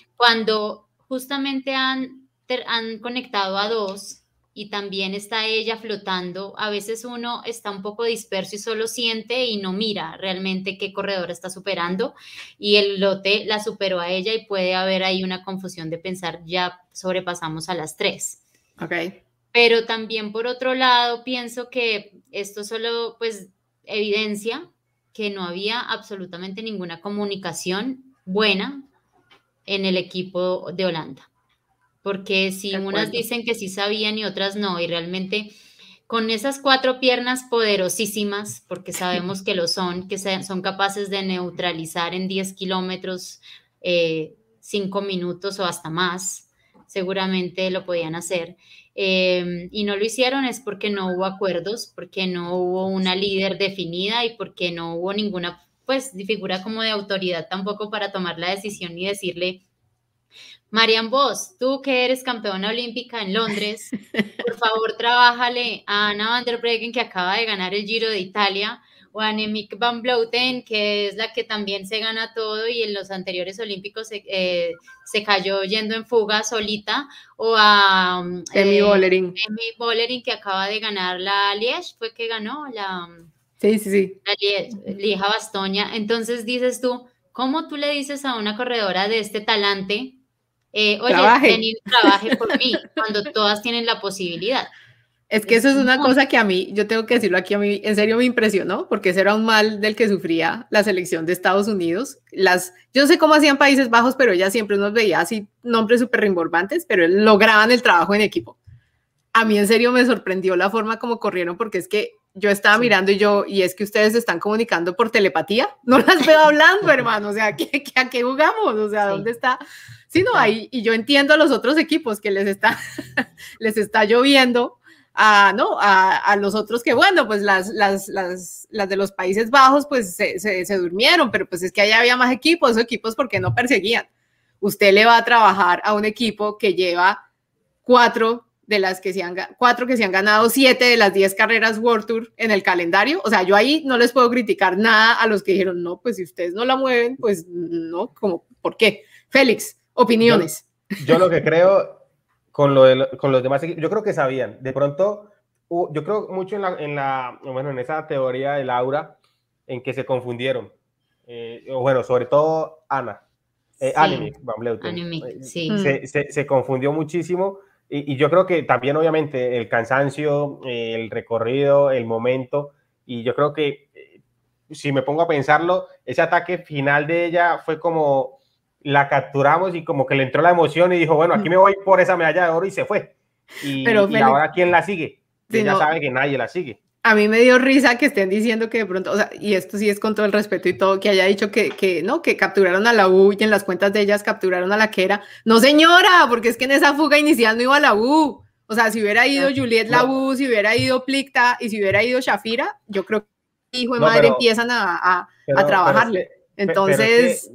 cuando justamente han conectado a dos y también está ella flotando. A veces uno está un poco disperso y solo siente y no mira realmente qué corredor está superando y el lote la superó a ella y puede haber ahí una confusión de pensar ya sobrepasamos a las 3. Okay. Pero también por otro lado pienso que esto solo pues evidencia que no había absolutamente ninguna comunicación buena en el equipo de Holanda. Porque si unas dicen que sí sabían y otras no, y realmente con esas 4 piernas poderosísimas, porque sabemos que lo son, que son capaces de neutralizar en 10 kilómetros 5 minutos o hasta más, seguramente lo podían hacer. Y no lo hicieron es porque no hubo acuerdos, porque no hubo una líder definida y porque no hubo ninguna pues figura como de autoridad tampoco para tomar la decisión y decirle: Marianne Vos, tú que eres campeona olímpica en Londres, por favor trabájale a Anna van der Breggen, que acaba de ganar el Giro de Italia, o a Annemiek van Vleuten, que es la que también se gana todo y en los anteriores olímpicos se cayó yendo en fuga solita, o a Emmy Bollering. Emmy Bollering, que acaba de ganar la Liège, fue que ganó la... Sí. La Lieja-Bastoña. Entonces dices tú, ¿cómo tú le dices a una corredora de este talante, oye, venid, trabaje por mí, cuando todas tienen la posibilidad? Es que eso es una cosa que a mí, yo tengo que decirlo aquí, a mí en serio me impresionó, porque ese era un mal del que sufría la selección de Estados Unidos. Yo no sé cómo hacían Países Bajos, pero ella siempre nos veía así nombres súper rimbombantes, pero lograban el trabajo en equipo. A mí en serio me sorprendió la forma como corrieron, porque es que yo estaba mirando y es que ustedes se están comunicando por telepatía, no las veo hablando, hermano, o sea, ¿a qué jugamos? O sea, ¿dónde está? Sí, no, ahí, y yo entiendo a los otros equipos que les está lloviendo a los otros que, bueno, pues las de los Países Bajos, pues se durmieron, pero pues es que allá había más equipos, esos equipos, ¿por qué no perseguían? Usted le va a trabajar a un equipo que lleva 4 que se han ganado 7 de las 10 carreras World Tour en el calendario. O sea, yo ahí no les puedo criticar nada a los que dijeron, no, pues si ustedes no la mueven, pues no, como, ¿por qué? Félix, opiniones. Yo lo que creo con los demás equipos, yo creo que sabían. De pronto, yo creo mucho en esa teoría de Laura, en que se confundieron. Bueno, sobre todo Ana. Annemiek van Vleuten. Sí. Se confundió muchísimo. Y yo creo que también, obviamente, el cansancio, el recorrido, el momento, y yo creo que, si me pongo a pensarlo, ese ataque final de ella fue como la capturamos y como que le entró la emoción y dijo, bueno, aquí me voy por esa medalla de oro y se fue. Y ahora, ¿quién la sigue? Sí, ella sabe que nadie la sigue. A mí me dio risa que estén diciendo que de pronto, o sea, y esto sí es con todo el respeto y todo, que haya dicho que capturaron a la U y en las cuentas de ellas capturaron a la que era. No, señora, porque es que en esa fuga inicial no iba a la U. O sea, si hubiera ido Juliette Labú, si hubiera ido Plicta y si hubiera ido Shafira, yo creo que hijo de madre empiezan a trabajarle. Entonces,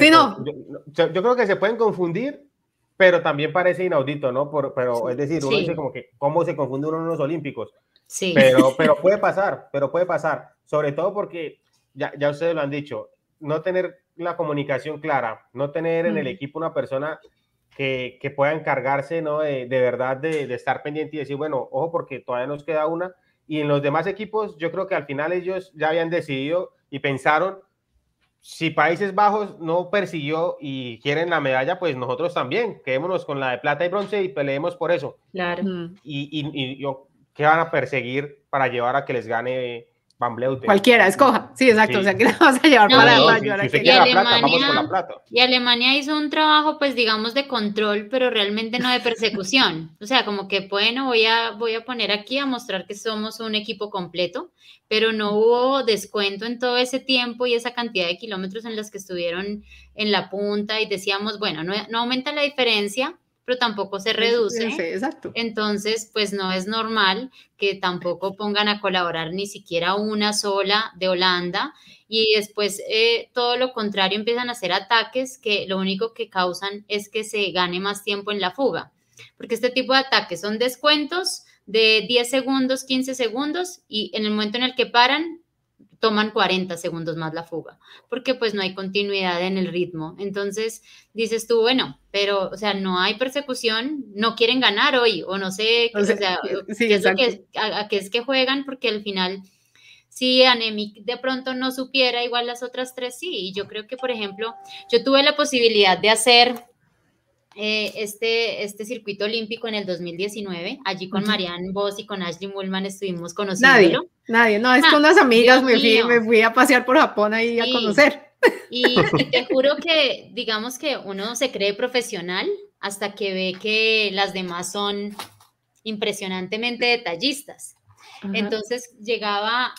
yo creo que se pueden confundir, pero también parece inaudito, ¿no? Pero es decir, uno dice como que, ¿cómo se confunde uno en los Olímpicos? Sí. Pero puede pasar, sobre todo porque, ya ustedes lo han dicho, no tener la comunicación clara, no tener en el equipo una persona que pueda encargarse, ¿no? de verdad de estar pendiente y decir, bueno, ojo, porque todavía nos queda una. Y en los demás equipos, yo creo que al final ellos ya habían decidido y pensaron, si Países Bajos no persiguió y quieren la medalla, pues nosotros también, quedémonos con la de plata y bronce y peleemos por eso. Claro. Y ¿qué van a perseguir para llevar a que les gane Van Vleuten? Cualquiera, escoja. Sí, exacto. Sí. O sea, ¿qué le vas a llevar para ayudar a que la plata? Y Alemania hizo un trabajo, pues, digamos, de control, pero realmente no de persecución. O sea, como que, bueno, voy a poner aquí a mostrar que somos un equipo completo, pero no hubo descuento en todo ese tiempo y esa cantidad de kilómetros en los que estuvieron en la punta y decíamos, bueno, no aumenta la diferencia, pero tampoco se reduce. Sí, exacto. Entonces, pues no es normal que tampoco pongan a colaborar ni siquiera una sola de Holanda y después todo lo contrario, empiezan a hacer ataques que lo único que causan es que se gane más tiempo en la fuga, porque este tipo de ataques son descuentos de 10 segundos, 15 segundos y en el momento en el que paran, toman 40 segundos más la fuga, porque pues no hay continuidad en el ritmo. Entonces dices tú, bueno, pero, o sea, no hay persecución, no quieren ganar hoy, o no sé, o sea, sí, qué es lo que, a qué es que juegan, porque al final, si Annemiek de pronto no supiera, igual las otras 3 sí, y yo creo que, por ejemplo, yo tuve la posibilidad de hacer este circuito olímpico en el 2019, allí con Marianne Vos y con Ashley Mullman estuvimos conociéndolo. Nadie, no, es con unas amigas me fui a pasear por Japón ahí a conocer. Y te juro que, digamos que uno se cree profesional hasta que ve que las demás son impresionantemente detallistas. Entonces llegaba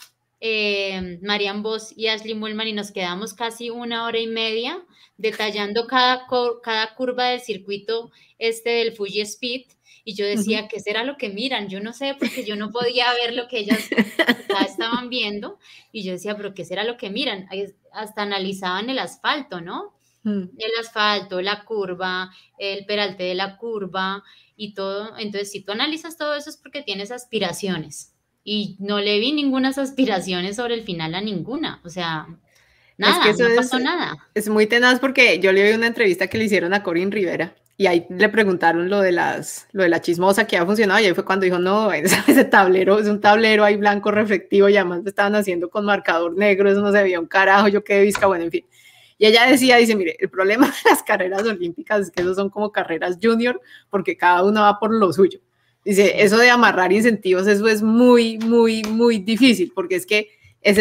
Marian Vos y Ashley Mullman y nos quedamos casi 1 hora y media detallando cada curva del circuito del Fuji Speed. Y yo decía, ¿qué será lo que miran? Yo no sé, porque yo no podía ver lo que ellas estaban viendo. Y yo decía, ¿pero qué será lo que miran? Hasta analizaban el asfalto, ¿no? El asfalto, la curva, el peralte de la curva y todo. Entonces, si tú analizas todo eso es porque tienes aspiraciones. Y no le vi ninguna aspiraciones sobre el final a ninguna. O sea, nada, es que no pasó nada. Es muy tenaz porque yo le vi una entrevista que le hicieron a Corín Rivera y ahí le preguntaron lo de la chismosa que ha funcionado y ahí fue cuando dijo, no, ese tablero es un tablero ahí blanco reflectivo y además lo estaban haciendo con marcador negro, eso no se veía un carajo, yo quedé visca, bueno, en fin. Y ella dice, mire, el problema de las carreras olímpicas es que eso son como carreras junior porque cada uno va por lo suyo. Dice, eso de amarrar incentivos, eso es muy, muy, muy difícil porque es que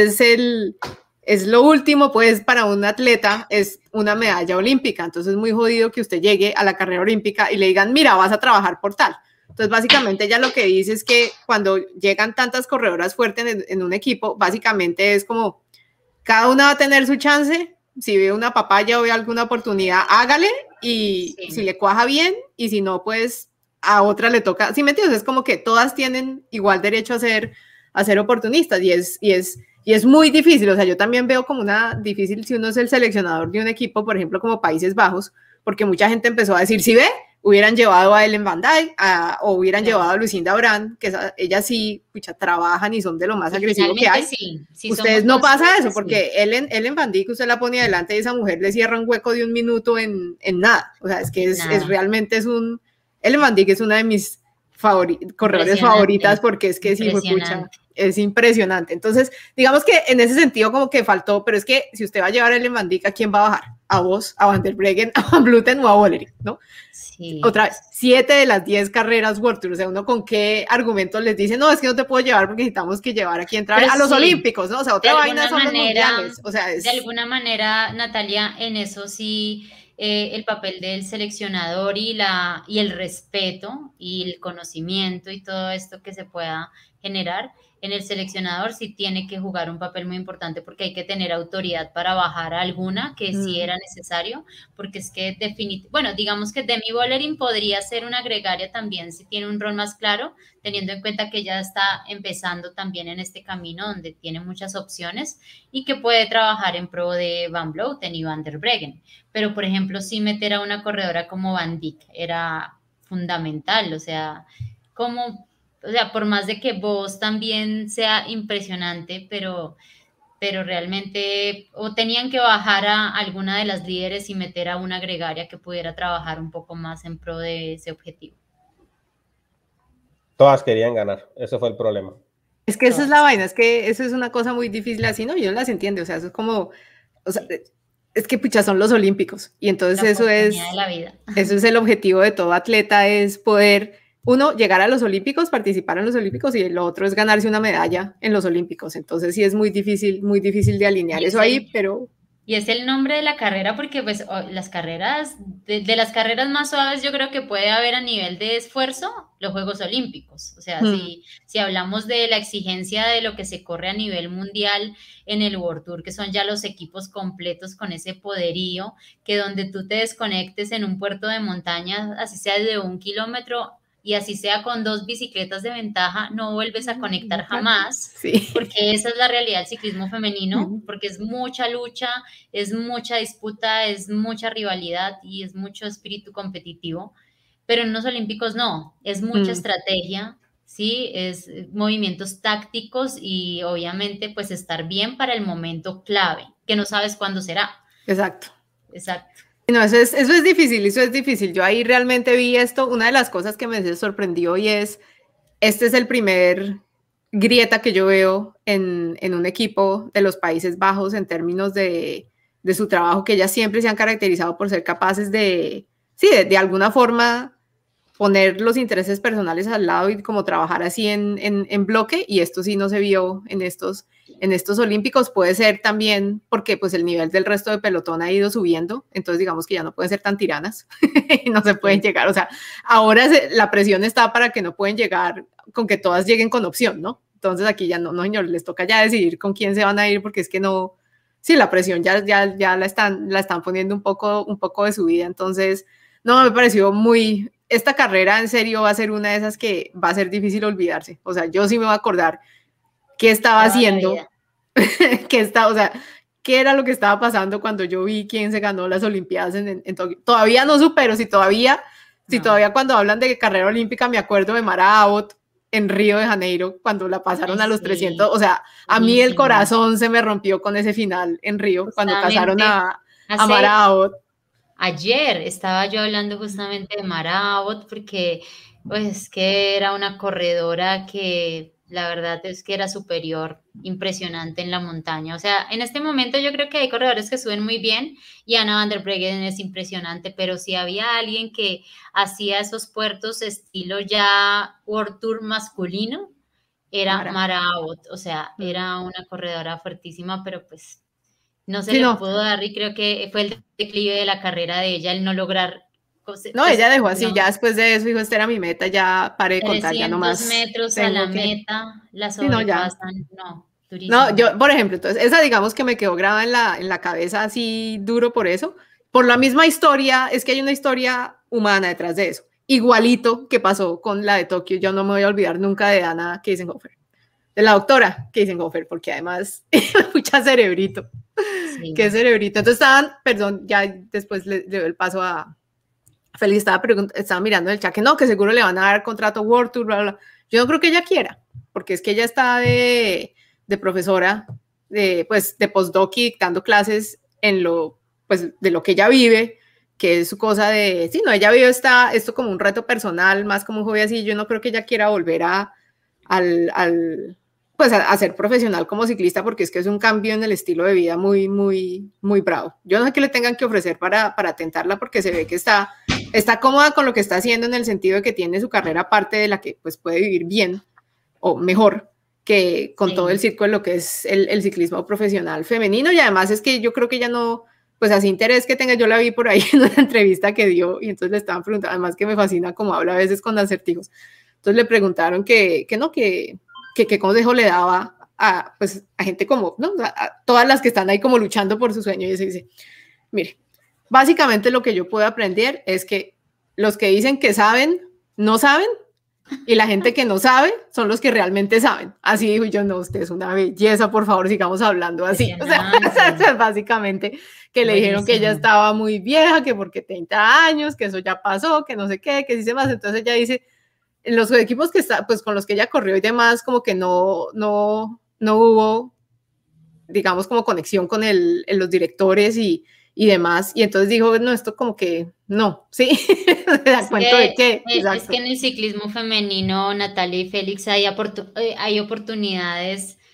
ese es lo último, pues, para un atleta es una medalla olímpica. Entonces es muy jodido que usted llegue a la carrera olímpica y le digan, mira, vas a trabajar por tal. Entonces, básicamente, ella lo que dice es que cuando llegan tantas corredoras fuertes en un equipo, básicamente es como, cada una va a tener su chance. Si ve una papaya o ve alguna oportunidad, hágale y si le cuaja bien y si no, pues a otra le toca. ¿Sí me entiendes? Es como que todas tienen igual derecho a ser oportunistas y es muy difícil, o sea, yo también veo como difícil si uno es el seleccionador de un equipo, por ejemplo, como Países Bajos, porque mucha gente empezó a decir, si ve, hubieran llevado a Ellen Van Dijk o hubieran llevado a Lucinda Brand, que ellas sí, trabajan y son de lo más agresivo que hay. Sí, ustedes no pasa eso, porque Ellen Van Dijk, usted la pone adelante y esa mujer le cierra un hueco de 1 minuto en nada, o sea, es que realmente Ellen Van Dijk es una de mis corredores favoritas porque es que sí, es impresionante. Entonces, digamos que en ese sentido como que faltó, pero es que si usted va a llevar a Ellen Van Dijk, ¿a quién va a bajar? A vos, a Van der Breggen, a Van Vleuten o a Vollering, ¿no? Sí. Otra vez, 7 de las 10 carreras World Tour, o sea, uno con qué argumentos les dice, no, es que no te puedo llevar porque necesitamos que llevar aquí entrar a los Olímpicos, ¿no? O sea, otra vaina son los mundiales. O sea, de alguna manera, Natalia, en eso sí, el papel del seleccionador y el respeto y el conocimiento y todo esto que se pueda generar, en el seleccionador sí tiene que jugar un papel muy importante porque hay que tener autoridad para bajar a alguna que sí era necesario, porque es que bueno, digamos que Demi Vollering podría ser una gregaria también si tiene un rol más claro, teniendo en cuenta que ella está empezando también en este camino donde tiene muchas opciones y que puede trabajar en pro de Van Vleuten y Van der Breggen. Pero, por ejemplo, sí meter a una corredora como Van Dijk era fundamental, o sea, por más de que vos también sea impresionante, pero realmente o tenían que bajar a alguna de las líderes y meter a una gregaria que pudiera trabajar un poco más en pro de ese objetivo. Todas querían ganar, eso fue el problema. Es que esa es la vaina, es que eso es una cosa muy difícil así, ¿no? Yo no las entiendo, o sea, eso es como, o sea, es que pucha, son los Olímpicos y entonces eso es el objetivo de todo atleta, es poder uno, llegar a los Olímpicos, participar en los Olímpicos y lo otro es ganarse una medalla en los Olímpicos. Entonces sí es muy difícil de alinear eso ahí, pero... Y es el nombre de la carrera porque pues las carreras, de las carreras más suaves yo creo que puede haber a nivel de esfuerzo los Juegos Olímpicos. O sea, si hablamos de la exigencia de lo que se corre a nivel mundial en el World Tour, que son ya los equipos completos con ese poderío, que donde tú te desconectes en un puerto de montaña, así sea de 1 kilómetro, y así sea con 2 bicicletas de ventaja, no vuelves a conectar jamás, porque esa es la realidad del ciclismo femenino, porque es mucha lucha, es mucha disputa, es mucha rivalidad y es mucho espíritu competitivo, pero en los Olímpicos no, es mucha estrategia, ¿sí? Es movimientos tácticos y obviamente pues estar bien para el momento clave, que no sabes cuándo será. Exacto. No, eso es difícil. Yo ahí realmente vi esto, una de las cosas que me sorprendió y este es el primer grieta que yo veo en un equipo de los Países Bajos en términos de su trabajo, que ellas siempre se han caracterizado por ser capaces de alguna forma poner los intereses personales al lado y como trabajar así en bloque, y esto sí no se vio en estos Olímpicos. Puede ser también porque pues el nivel del resto de pelotón ha ido subiendo, entonces digamos que ya no pueden ser tan tiranas y no se pueden llegar, o sea, ahora la presión está para que no pueden llegar con que todas lleguen con opción, ¿no? entonces aquí ya no, señor, les toca ya decidir con quién se van a ir, porque es que no, sí, la presión ya la están poniendo un poco de su vida, entonces, no, me pareció esta carrera en serio va a ser una de esas que va a ser difícil olvidarse, o sea, yo sí me voy a acordar qué estaba haciendo, o sea, qué era lo que estaba pasando cuando yo vi quién se ganó las Olimpiadas en Tokio. Todavía no supero, si todavía cuando hablan de carrera olímpica me acuerdo de Mara Abbott en Río de Janeiro, cuando la pasaron a los 300, o sea, a mí el corazón se me rompió con ese final en Río, cuando pasaron a Mara Abbott. Ayer estaba yo hablando justamente de Mara Abbott, porque pues que era una corredora que la verdad es que era superior, impresionante en la montaña. O sea, en este momento yo creo que hay corredores que suben muy bien y Anna van der Breggen es impresionante, pero si había alguien que hacía esos puertos estilo ya World Tour masculino, era Mara Abbott. O sea, era una corredora fuertísima, pero pues no se le pudo dar, y creo que fue el declive de la carrera de ella, el no lograr. No, ella dejó así, ya después de eso dijo, esta era mi meta, ya paré de contar, ya no más. 300 metros a la meta, la sobrepasan, durísimo. No, yo, por ejemplo, entonces, esa digamos que me quedó grabada en la cabeza así duro por eso, por la misma historia, es que hay una historia humana detrás de eso, igualito que pasó con la de Tokio, yo no me voy a olvidar nunca de Anna Kiesenhofer, de la doctora Kiesenhofer, porque además, mucha cerebrito, qué cerebrito, entonces perdón, ya después le doy el paso a Félix, estaba mirando en el chat que no, que seguro le van a dar contrato World Tour, bla, bla. Yo no creo que ella quiera, porque es que ella está de profesora, de postdoc y dictando clases de lo que ella vive, que es su cosa de, sí, no, ella vive esto como un reto personal, más como un hobby así, yo no creo que ella quiera volver a ser profesional como ciclista, porque es que es un cambio en el estilo de vida muy, muy, muy bravo. Yo no sé qué le tengan que ofrecer para tentarla, porque se ve que está cómoda con lo que está haciendo, en el sentido de que tiene su carrera aparte de la que pues puede vivir bien o mejor que con todo el circo de lo que es el ciclismo profesional femenino, y además es que yo creo que ella no, pues así interés que tenga, yo la vi por ahí en una entrevista que dio y entonces le estaban preguntando, además que me fascina cómo habla a veces con acertijos, entonces le preguntaron qué consejo le daba a gente como, ¿no? A todas las que están ahí como luchando por su sueño, y ella dice, mire, básicamente lo que yo puedo aprender es que los que dicen que saben, no saben, y la gente que no sabe son los que realmente saben. Así dijo yo, no, usted es una belleza, por favor, sigamos hablando así. O sea, básicamente que le dijeron que ella estaba muy vieja, que porque 30 años, que eso ya pasó, que no sé qué, que dice más. Entonces ella dice, en los equipos que está, pues con los que ella corrió y demás, como que no hubo, digamos, como conexión con los directores y demás, y entonces dijo, no, esto como que no, ¿sí? ¿Se da cuenta de qué? Es que en el ciclismo femenino, Natalia y Félix, hay oportunidades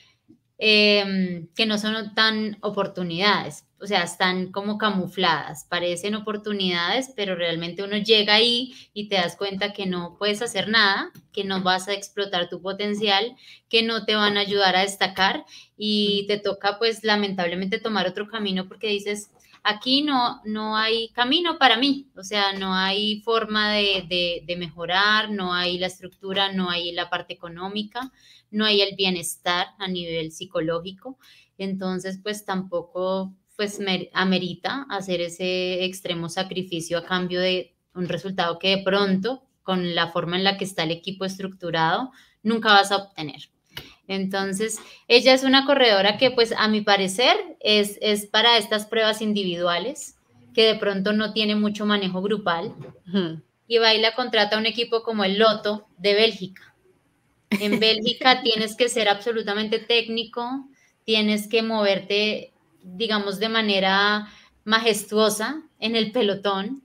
que no son tan oportunidades, o sea, están como camufladas, parecen oportunidades, pero realmente uno llega ahí y te das cuenta que no puedes hacer nada, que no vas a explotar tu potencial, que no te van a ayudar a destacar, y te toca pues lamentablemente tomar otro camino, porque dices, aquí no hay camino para mí, o sea, no hay forma de mejorar, no hay la estructura, no hay la parte económica, no hay el bienestar a nivel psicológico, entonces pues tampoco pues amerita hacer ese extremo sacrificio a cambio de un resultado que de pronto, con la forma en la que está el equipo estructurado, nunca vas a obtener. Entonces, ella es una corredora que, pues, a mi parecer, es para estas pruebas individuales, que de pronto no tiene mucho manejo grupal, y va y la contrata a un equipo como el Lotto de Bélgica. En Bélgica tienes que ser absolutamente técnico, tienes que moverte, digamos, de manera majestuosa en el pelotón.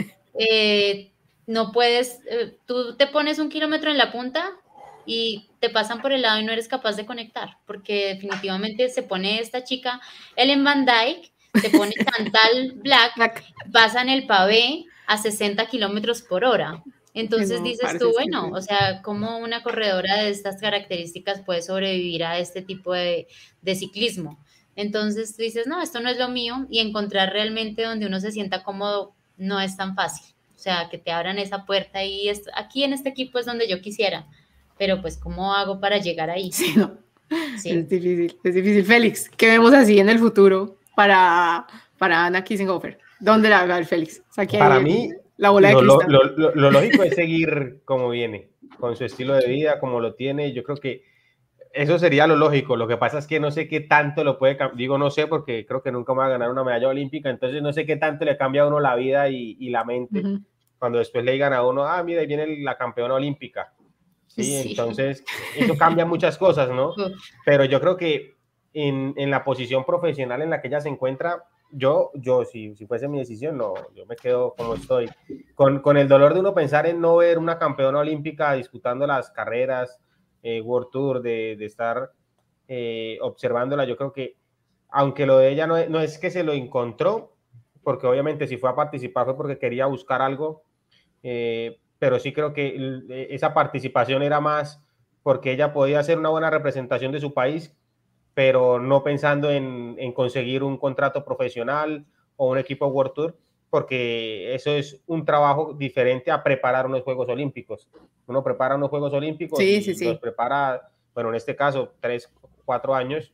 No puedes, tú te pones 1 kilómetro en la punta y te pasan por el lado y no eres capaz de conectar, porque definitivamente se pone esta chica, Ellen Van Dijk, se pone Chantal Black, pasan el pavé a 60 kilómetros por hora. Entonces dices tú, bueno, o sea, ¿cómo una corredora de estas características puede sobrevivir a este tipo de ciclismo? Entonces dices, no, esto no es lo mío, y encontrar realmente donde uno se sienta cómodo no es tan fácil. O sea, que te abran esa puerta, y aquí en este equipo es donde yo quisiera. pero pues ¿cómo hago para llegar ahí? Sí, no. Sí. Es difícil. Félix, ¿qué vemos así en el futuro para Anna Kissenhofer? ¿Dónde la va el Félix? O sea, para mí, la bola de cristal. Lo lógico es seguir como viene, con su estilo de vida, como lo tiene. Yo creo que eso sería lo lógico. Lo que pasa es que no sé qué tanto lo puede cambiar. Digo, no sé, porque creo que nunca me va a ganar una medalla olímpica, entonces no sé qué tanto le cambia a uno la vida y la mente. Cuando después le digan a uno, mira, ahí viene la campeona olímpica. Sí, entonces eso cambia muchas cosas, ¿no? Pero yo creo que en la posición profesional en la que ella se encuentra, yo si fuese mi decisión, no, yo me quedo como estoy. Con el dolor de uno pensar en no ver una campeona olímpica disputando las carreras, World Tour, de estar observándola, yo creo que, aunque lo de ella no es que se lo encontró, porque obviamente si fue a participar fue porque quería buscar algo, pero sí creo que esa participación era más porque ella podía hacer una buena representación de su país, pero no pensando en conseguir un contrato profesional o un equipo World Tour, porque eso es un trabajo diferente a preparar unos Juegos Olímpicos. Uno prepara unos Juegos Olímpicos los prepara, bueno, en este caso 3, 4 años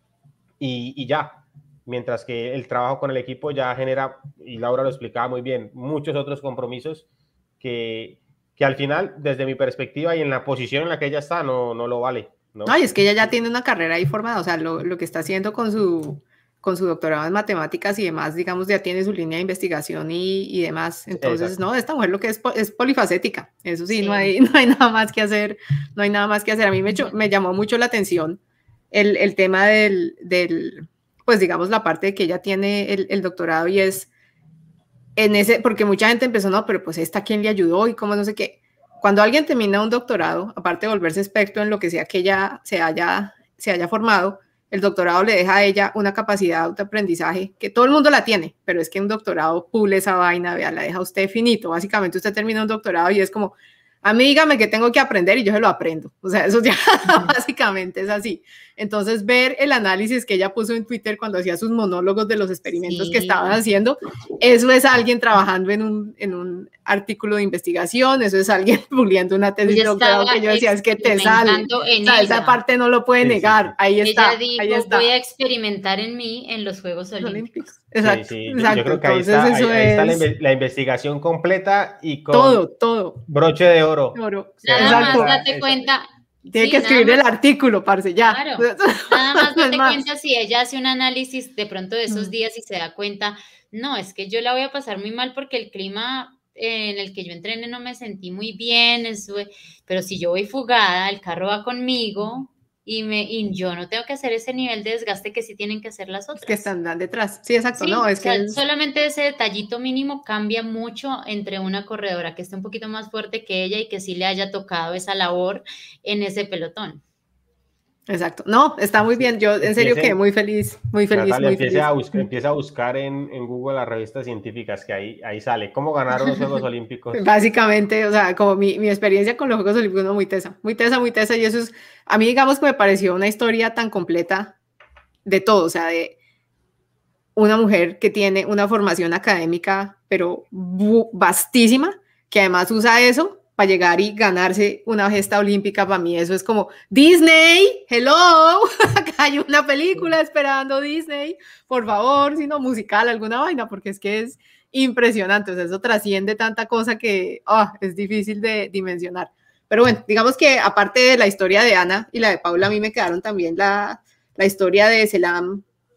y ya, mientras que el trabajo con el equipo ya genera, y Laura lo explicaba muy bien, muchos otros compromisos que al final, desde mi perspectiva y en la posición en la que ella está, no lo vale, ¿no? Ay, es que ella ya tiene una carrera ahí formada, o sea, lo que está haciendo con su doctorado en matemáticas y demás, digamos, ya tiene su línea de investigación y demás. Entonces, exacto. No, esta mujer lo que es polifacética, eso sí. No hay nada más que hacer, no hay nada más que hacer. A mí me llamó mucho la atención el tema del, pues digamos, la parte de que ella tiene el doctorado y es en ese, porque mucha gente empezó, no, pero pues esta quién le ayudó y cómo no sé qué. Cuando alguien termina un doctorado, aparte de volverse experto en lo que sea que ella se haya formado, el doctorado le deja a ella una capacidad de autoaprendizaje que todo el mundo la tiene, pero es que un doctorado pule esa vaina, vea, la deja usted finito. Básicamente usted termina un doctorado y es como, a mí dígame que tengo que aprender y yo se lo aprendo. O sea, eso ya básicamente es así. Entonces, ver el análisis que ella puso en Twitter cuando hacía sus monólogos de los experimentos que estaban haciendo, eso es alguien trabajando en un artículo de investigación, eso es alguien puliendo una tesis de doctorado que yo decía, es que te sale. O sea, esa parte no lo puede negar. Ahí está. Ella dijo, ahí está. Voy a experimentar en mí en los Juegos Olímpicos. Exacto, sí. Exacto. Yo creo que ahí está la investigación completa y con todo. Broche de oro. Nada más date cuenta. Tiene que escribir el artículo, parce, ya. Claro, nada más date cuenta si ella hace un análisis de pronto de esos días y se da cuenta, no, es que yo la voy a pasar muy mal porque el clima en el que yo entrené no me sentí muy bien, pero si yo voy fugada, el carro va conmigo y yo no tengo que hacer ese nivel de desgaste que sí tienen que hacer las otras. Que están detrás. Sí, exacto. Sí, no, es que solamente ese detallito mínimo cambia mucho entre una corredora que esté un poquito más fuerte que ella y que sí le haya tocado esa labor en ese pelotón. Exacto. No, está muy bien. Yo en serio quedé muy feliz. Natalia, muy feliz. Empieza a buscar en Google las revistas científicas, que ahí sale cómo ganar unos Juegos Olímpicos. Básicamente, o sea, como mi experiencia con los Juegos Olímpicos, no, muy tesa, y eso es, a mí digamos que me pareció una historia tan completa de todo, o sea, de una mujer que tiene una formación académica, pero vastísima, que además usa eso para llegar y ganarse una gesta olímpica. Para mí eso es como Disney, hello, acá hay una película esperando Disney, por favor, si no musical, alguna vaina, porque es que es impresionante, o sea, eso trasciende tanta cosa que es difícil de dimensionar. Pero bueno, digamos que aparte de la historia de Ana y la de Paula, a mí me quedaron también la historia de Selam,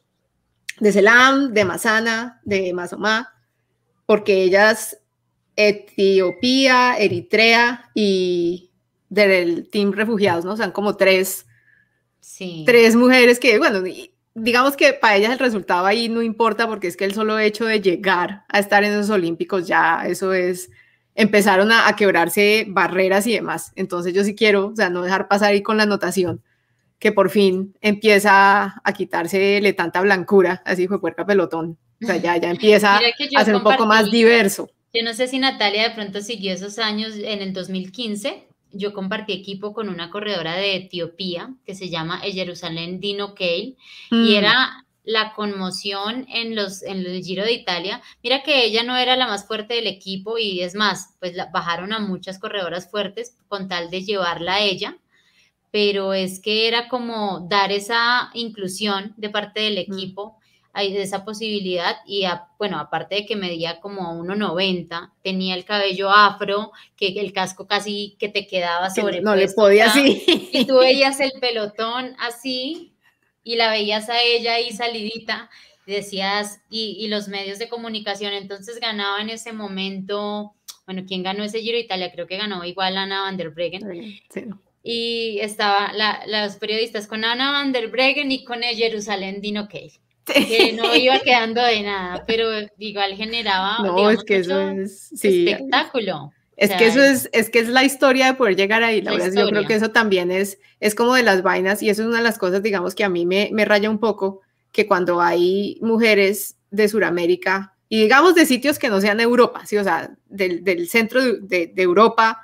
de Masana, de Masomá, porque ellas, Etiopía, Eritrea y del Team Refugiados, ¿no? O sea, como tres mujeres que, bueno, digamos que para ellas el resultado ahí no importa, porque es que el solo hecho de llegar a estar en esos Olímpicos ya eso es, empezaron a quebrarse barreras y demás. Entonces yo sí quiero, o sea, no dejar pasar ahí con la anotación que por fin empieza a quitársele tanta blancura, así fue puerca pelotón. O sea, ya empieza a ser un poco más diverso. Yo no sé si Natalia de pronto siguió esos años. En el 2015 yo compartí equipo con una corredora de Etiopía que se llama Jerusalén Dino Keil y era la conmoción en el Giro de Italia. Mira que ella no era la más fuerte del equipo y es más, pues bajaron a muchas corredoras fuertes con tal de llevarla a ella, pero es que era como dar esa inclusión de parte del equipo, hay esa posibilidad y bueno, aparte de que medía como 1,90, tenía el cabello afro, que el casco casi que te quedaba sobrepuesto. No le podía así. Y tú veías el pelotón así y la veías a ella ahí salidita, decías, y los medios de comunicación, entonces ganaba en ese momento, bueno, ¿quién ganó ese Giro de Italia? Creo que ganó igual Anna van der Breggen. Sí. Y estaba los periodistas con Anna van der Breggen y con el Jerusalén Dino Cale, que no iba quedando de nada, pero igual generaba, no, digamos, es que mucho eso es, sí, espectáculo. Es que eso es que es la historia de poder llegar ahí, Laura. Yo creo que eso también es como de las vainas y eso es una de las cosas, digamos, que a mí me raya un poco, que cuando hay mujeres de Sudamérica y digamos de sitios que no sean Europa, ¿sí? O sea, del centro de Europa,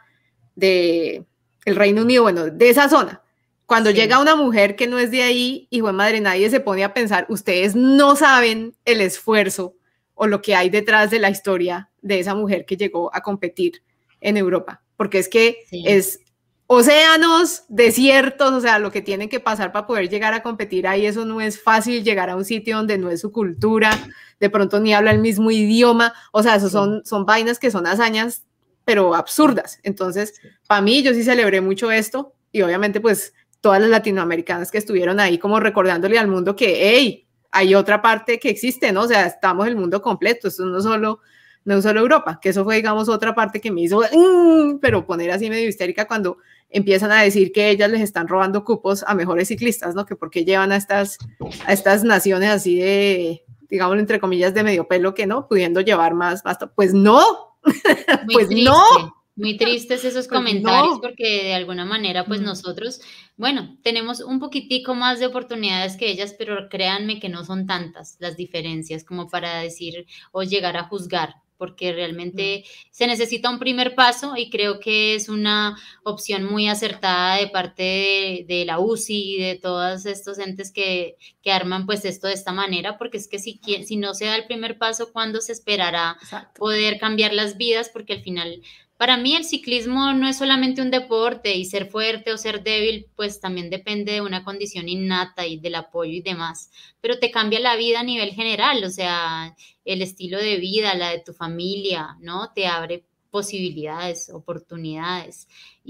del Reino Unido, bueno, de esa zona. Cuando llega una mujer que no es de ahí, hijo de madre, nadie se pone a pensar, ustedes no saben el esfuerzo o lo que hay detrás de la historia de esa mujer que llegó a competir en Europa, porque es que es océanos, desiertos, o sea, lo que tienen que pasar para poder llegar a competir ahí, eso no es fácil, llegar a un sitio donde no es su cultura, de pronto ni habla el mismo idioma, o sea, eso son vainas que son hazañas, pero absurdas. Entonces, para mí, yo sí celebré mucho esto, y obviamente, pues, todas las latinoamericanas que estuvieron ahí como recordándole al mundo que, hey, hay otra parte que existe, ¿no? O sea, estamos el mundo completo, esto no solo Europa, que eso fue, digamos, otra parte que me hizo, pero poner así medio histérica cuando empiezan a decir que ellas les están robando cupos a mejores ciclistas, ¿no? Que por qué llevan a estas naciones así de, digamos, entre comillas, de medio pelo, que no, pudiendo llevar más, pues no, pues triste. no. Muy tristes esos pues comentarios, no. porque de alguna manera, pues nosotros, bueno, tenemos un poquitico más de oportunidades que ellas, pero créanme que no son tantas las diferencias como para decir o llegar a juzgar, porque realmente se necesita un primer paso y creo que es una opción muy acertada de parte de la UCI y de todos estos entes que arman pues esto de esta manera, porque es que si no se da el primer paso, ¿cuándo se esperará poder cambiar las vidas? Porque al final... Para mí el ciclismo no es solamente un deporte y ser fuerte o ser débil, pues también depende de una condición innata y del apoyo y demás, pero te cambia la vida a nivel general, o sea, el estilo de vida, la de tu familia, ¿no? Te abre posibilidades, oportunidades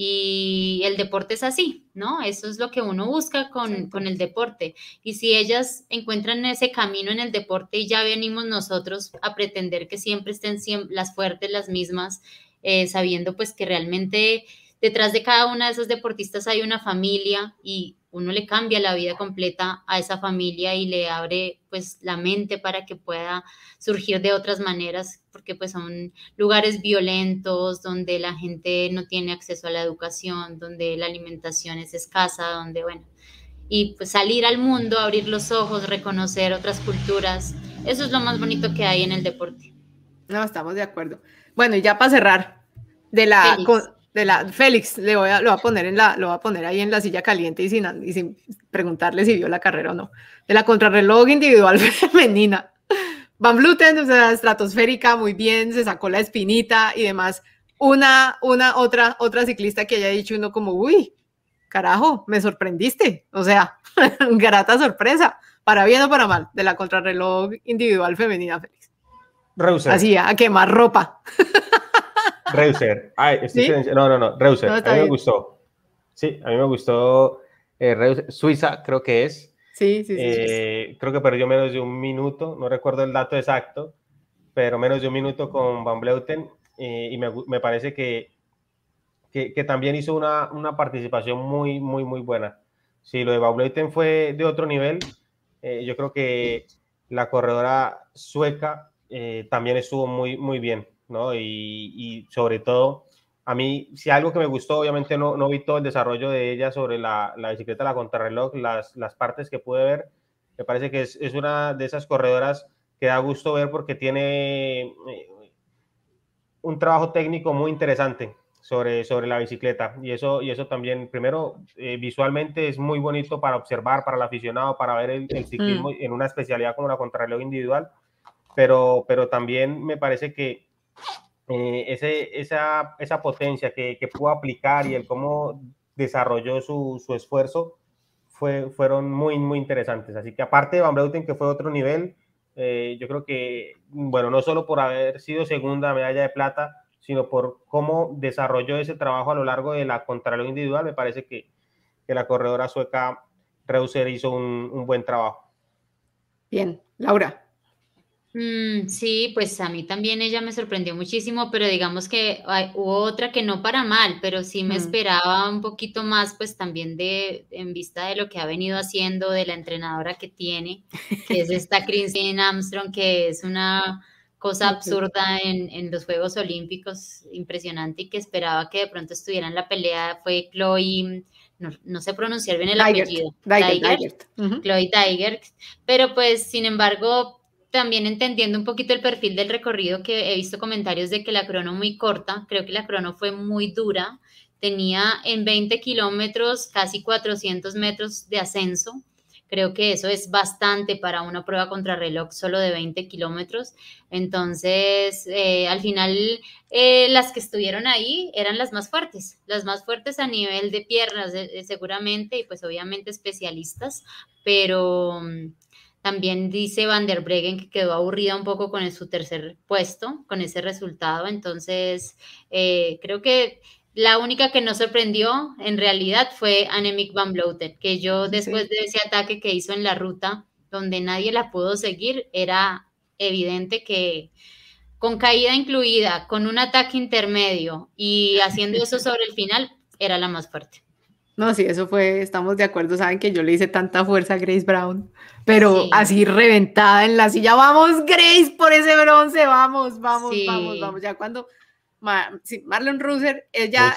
y el deporte es así, ¿no? Eso es lo que uno busca con el deporte y si ellas encuentran ese camino en el deporte y ya venimos nosotros a pretender que siempre estén las fuertes, las mismas, sabiendo pues que realmente detrás de cada una de esas deportistas hay una familia y uno le cambia la vida completa a esa familia y le abre pues la mente para que pueda surgir de otras maneras, porque pues son lugares violentos, donde la gente no tiene acceso a la educación, donde la alimentación es escasa, donde bueno, y pues salir al mundo, abrir los ojos, reconocer otras culturas, eso es lo más bonito que hay en el deporte. No, estamos de acuerdo. Bueno, y ya para cerrar, Félix, lo voy a poner ahí en la silla caliente y sin preguntarle si vio la carrera o no. De la contrarreloj individual femenina. Van Vleuten, o sea, estratosférica, muy bien, se sacó la espinita y demás. Otra ciclista que haya dicho uno como, uy, carajo, me sorprendiste. O sea, grata sorpresa, para bien o para mal, de la contrarreloj individual femenina, Félix. Reuser. Así, a quemar ropa. Reuser. ¿Sí? No, Reuser. No, a mí me gustó. Sí, a mí me gustó Reuser. Suiza, creo que es. Sí. Creo que perdió menos de un minuto. No recuerdo el dato exacto, pero menos de un minuto con Van Vleuten. Y me parece que también hizo una participación muy, muy, muy buena. Sí, lo de Van Vleuten fue de otro nivel. Yo creo que la corredora sueca también estuvo muy, muy bien, ¿no? Y sobre todo, a mí, si algo que me gustó, obviamente no vi todo el desarrollo de ella sobre la bicicleta, la contrarreloj, las partes que pude ver, me parece que es una de esas corredoras que da gusto ver porque tiene un trabajo técnico muy interesante. sobre la bicicleta. Y eso también, primero, visualmente es muy bonito para observar, para el aficionado, para ver el ciclismo en una especialidad como la contrarreloj individual, pero también me parece que esa potencia que pudo aplicar y el cómo desarrolló su esfuerzo fueron muy, muy interesantes. Así que aparte de Van Vleuten, que fue otro nivel, yo creo que, bueno, no solo por haber sido segunda medalla de plata, sino por cómo desarrolló ese trabajo a lo largo de la contrarreloj individual, me parece que la corredora sueca Reuser hizo un buen trabajo. Bien, Laura. Sí, pues a mí también ella me sorprendió muchísimo, pero digamos que hubo otra que no para mal, pero sí me esperaba un poquito más, pues también en vista de lo que ha venido haciendo, de la entrenadora que tiene, que es esta Christine Armstrong, que es una cosa absurda en los Juegos Olímpicos, impresionante, y que esperaba que de pronto estuviera en la pelea, fue Chloe, no sé pronunciar bien el apellido, Chloe Dygert, pero pues sin embargo, también entendiendo un poquito el perfil del recorrido, que he visto comentarios de que la crono muy corta, creo que la crono fue muy dura, tenía en 20 kilómetros casi 400 metros de ascenso, creo que eso es bastante para una prueba contrarreloj solo de 20 kilómetros, entonces al final las que estuvieron ahí eran las más fuertes a nivel de piernas seguramente, y pues obviamente especialistas, pero también dice Van der Breggen que quedó aburrida un poco con su tercer puesto, con ese resultado. Entonces, creo que la única que no sorprendió en realidad fue Annemiek van Vleuten, que yo después de ese ataque que hizo en la ruta, donde nadie la pudo seguir, era evidente que con caída incluida, con un ataque intermedio y haciendo eso sobre el final, era la más fuerte. No, sí, eso fue, estamos de acuerdo, saben que yo le hice tanta fuerza a Grace Brown, pero así reventada en la silla, vamos Grace por ese bronce, vamos, ya cuando Marlon Reuser, ella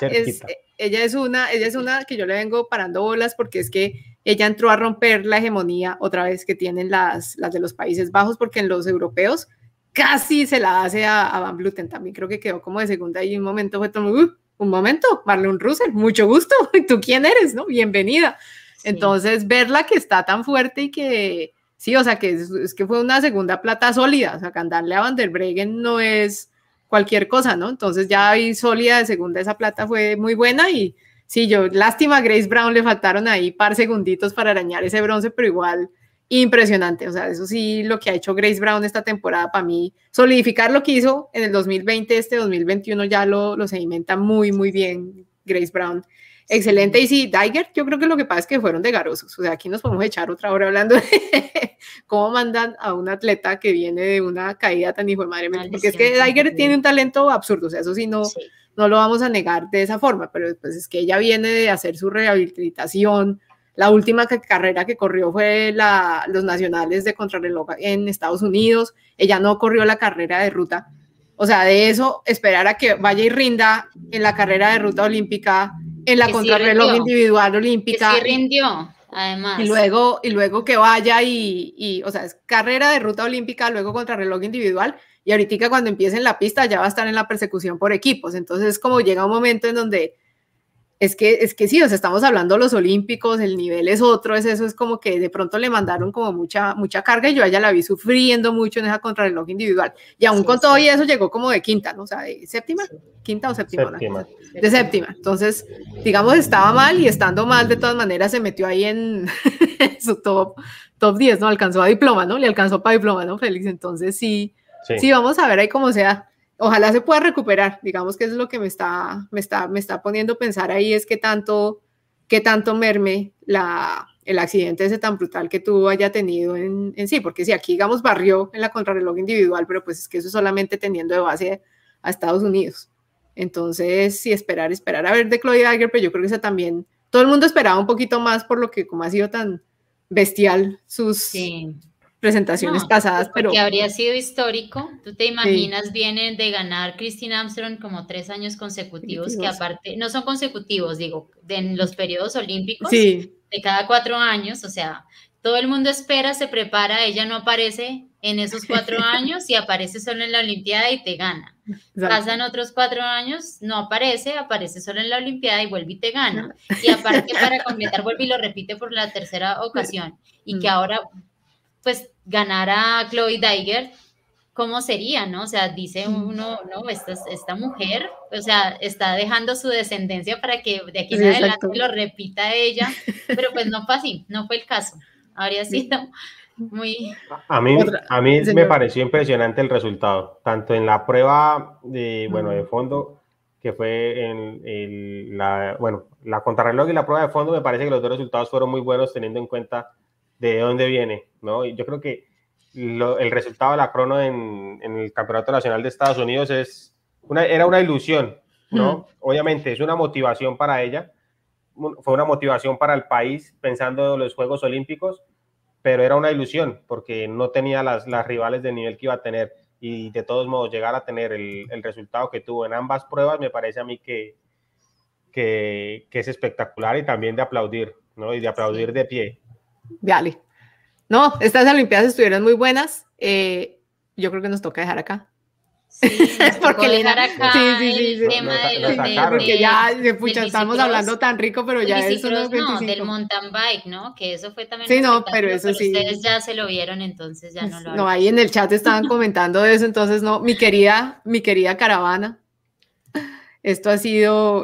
es una que yo le vengo parando bolas porque es que ella entró a romper la hegemonía otra vez que tienen las de los Países Bajos, porque en los europeos casi se la hace a Van Vleuten, también creo que quedó como de segunda y un momento fue todo un momento, Marlon Reuser, mucho gusto, ¿tú quién eres? ¿No? Bienvenida. Sí. Entonces, verla que está tan fuerte y que, sí, o sea, que es que fue una segunda plata sólida, o sea, que andarle a Van der Breggen no es cualquier cosa, ¿no? Entonces, ya ahí sólida de segunda, esa plata fue muy buena y, sí, lástima a Grace Brown, le faltaron ahí par segunditos para arañar ese bronce, pero igual, impresionante, o sea, eso sí, lo que ha hecho Grace Brown esta temporada para mí, solidificar lo que hizo en el 2020, 2021 ya lo sedimenta muy, muy bien Grace Brown, excelente, y sí, Dygert, yo creo que lo que pasa es que fueron de garosos, o sea, aquí nos podemos echar otra hora hablando de cómo mandan a un atleta que viene de una caída tan hijo de madre, porque es que Dygert tiene un talento absurdo, o sea, eso sí no lo vamos a negar de esa forma, pero pues es que ella viene de hacer su rehabilitación. La última carrera que corrió fue los nacionales de contrarreloj en Estados Unidos. Ella no corrió la carrera de ruta. O sea, de eso, esperar a que vaya y rinda en la carrera de ruta olímpica, en la contrarreloj individual olímpica. Que sí rindió, además. Y luego que vaya o sea, es carrera de ruta olímpica, luego contrarreloj individual. Y ahorita cuando empiece en la pista ya va a estar en la persecución por equipos. Entonces, como llega un momento en donde es que sí, o sea, estamos hablando de los olímpicos, el nivel es otro, eso es como que de pronto le mandaron como mucha carga y yo a ella la vi sufriendo mucho en esa contrarreloj individual y aún con todo y eso llegó como de quinta, ¿no? O sea, de séptima, quinta o séptima, ¿no? De séptima, entonces, digamos, estaba mal y estando mal de todas maneras se metió ahí en su top 10, ¿no? Alcanzó a diploma, ¿no? Le alcanzó para diploma, ¿no, Félix? Entonces sí, vamos a ver ahí cómo sea. Ojalá se pueda recuperar, digamos que es lo que me está poniendo a pensar ahí, es qué tanto merme el accidente ese tan brutal que haya tenido en sí, porque si aquí, digamos, barrió en la contrarreloj individual, pero pues es que eso solamente teniendo de base a Estados Unidos. Entonces, sí, esperar a ver de Chloe Dygert, pero yo creo que esa también, todo el mundo esperaba un poquito más por lo que como ha sido tan bestial sus presentaciones pasadas, pero que habría sido histórico. Tú te imaginas, vienen de ganar Christine Armstrong como 3 años consecutivos, que aparte no son consecutivos, digo, en los periodos olímpicos de cada 4 años, o sea, todo el mundo espera, se prepara, ella no aparece en esos 4 años y aparece solo en la Olimpiada y te gana. Exacto. Pasan otros 4 años, no aparece solo en la Olimpiada y vuelve y te gana. Y aparte para completar vuelve y lo repite por la tercera ocasión. Y que ahora pues ganara Chloe Dygert, ¿cómo sería, no? O sea, dice uno, no, esta mujer, o sea, está dejando su descendencia para que de aquí en adelante lo repita ella, pero pues no fue así, no fue el caso. Habría sido muy... A mí me pareció impresionante el resultado, tanto en la prueba de fondo, que fue en la contrarreloj y la prueba de fondo, me parece que los dos resultados fueron muy buenos teniendo en cuenta de dónde viene, ¿no? Y yo creo que el resultado de la crono en el Campeonato Nacional de Estados Unidos era una ilusión, ¿no? Obviamente es una motivación para ella, fue una motivación para el país pensando en los Juegos Olímpicos, pero era una ilusión porque no tenía las rivales del nivel que iba a tener, y de todos modos llegar a tener el resultado que tuvo en ambas pruebas me parece a mí que es espectacular y también de aplaudir, ¿no? Y de aplaudir de pie. Vale. No, estas Olimpiadas estuvieron muy buenas. Yo creo que nos toca dejar acá. Sí, porque dejar acá el tema porque ya estamos hablando tan rico, pero ya eso no, del mountain bike, ¿no? Que eso fue también. Sí, no, pero eso sí. Ustedes ya se lo vieron, entonces ya no lo. No, ahí en el chat estaban comentando de eso, entonces no, mi querida caravana. Esto ha sido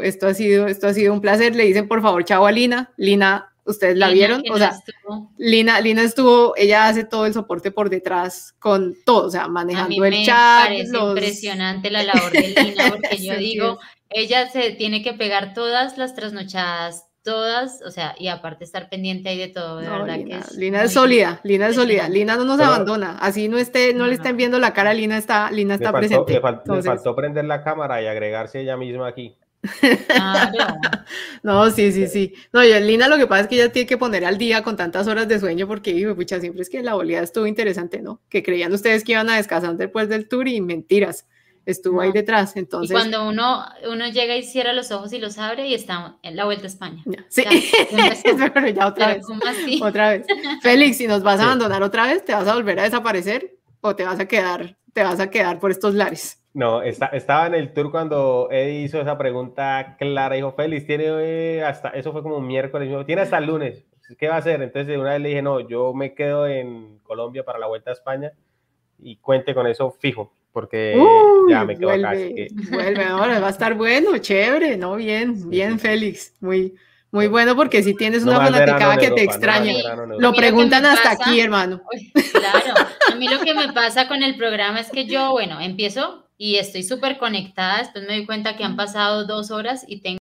un placer. Le dicen por favor chao a Lina. Lina, ¿ustedes la vieron? O sea, Lina estuvo, ella hace todo el soporte por detrás con todo, o sea, manejando el chat. Me parece impresionante la labor de Lina, porque yo digo, ella se tiene que pegar todas las trasnochadas, todas, o sea, y aparte estar pendiente ahí de todo, de verdad Lina, que es. Lina es sólida, Lina no nos abandona, así no le estén viendo la cara, Lina está presente. Le faltó prender la cámara y agregarse ella misma aquí. Claro. No, sí. No, Lina, lo que pasa es que ella tiene que poner al día con tantas horas de sueño, porque pucha, siempre es que la oleada estuvo interesante, ¿no? Que creían ustedes que iban a descansar después del tour y mentiras, estuvo ahí detrás, entonces. Y cuando uno llega y cierra los ojos y los abre y está en la Vuelta a España. Sí, pero ya otra vez. ¿Cómo así? Otra vez. Félix, si nos vas a abandonar otra vez, ¿te vas a volver a desaparecer o te vas a quedar por estos lares? No, estaba en el tour cuando Eddie hizo esa pregunta clara. Dijo, Félix, tiene eso fue como un miércoles, tiene hasta el lunes. ¿Qué va a hacer? Entonces de una vez le dije, no, yo me quedo en Colombia para la Vuelta a España y cuente con eso fijo, porque ya me quedo acá. Vuelve ahora, va a estar bueno, chévere, ¿no? Bien, Félix, muy bueno, porque si tienes una fanaticada que te extraña, lo preguntan hasta aquí, hermano. Claro, a mí lo que me pasa con el programa es que yo, empiezo y estoy súper conectada, después me doy cuenta que han pasado 2 horas y tengo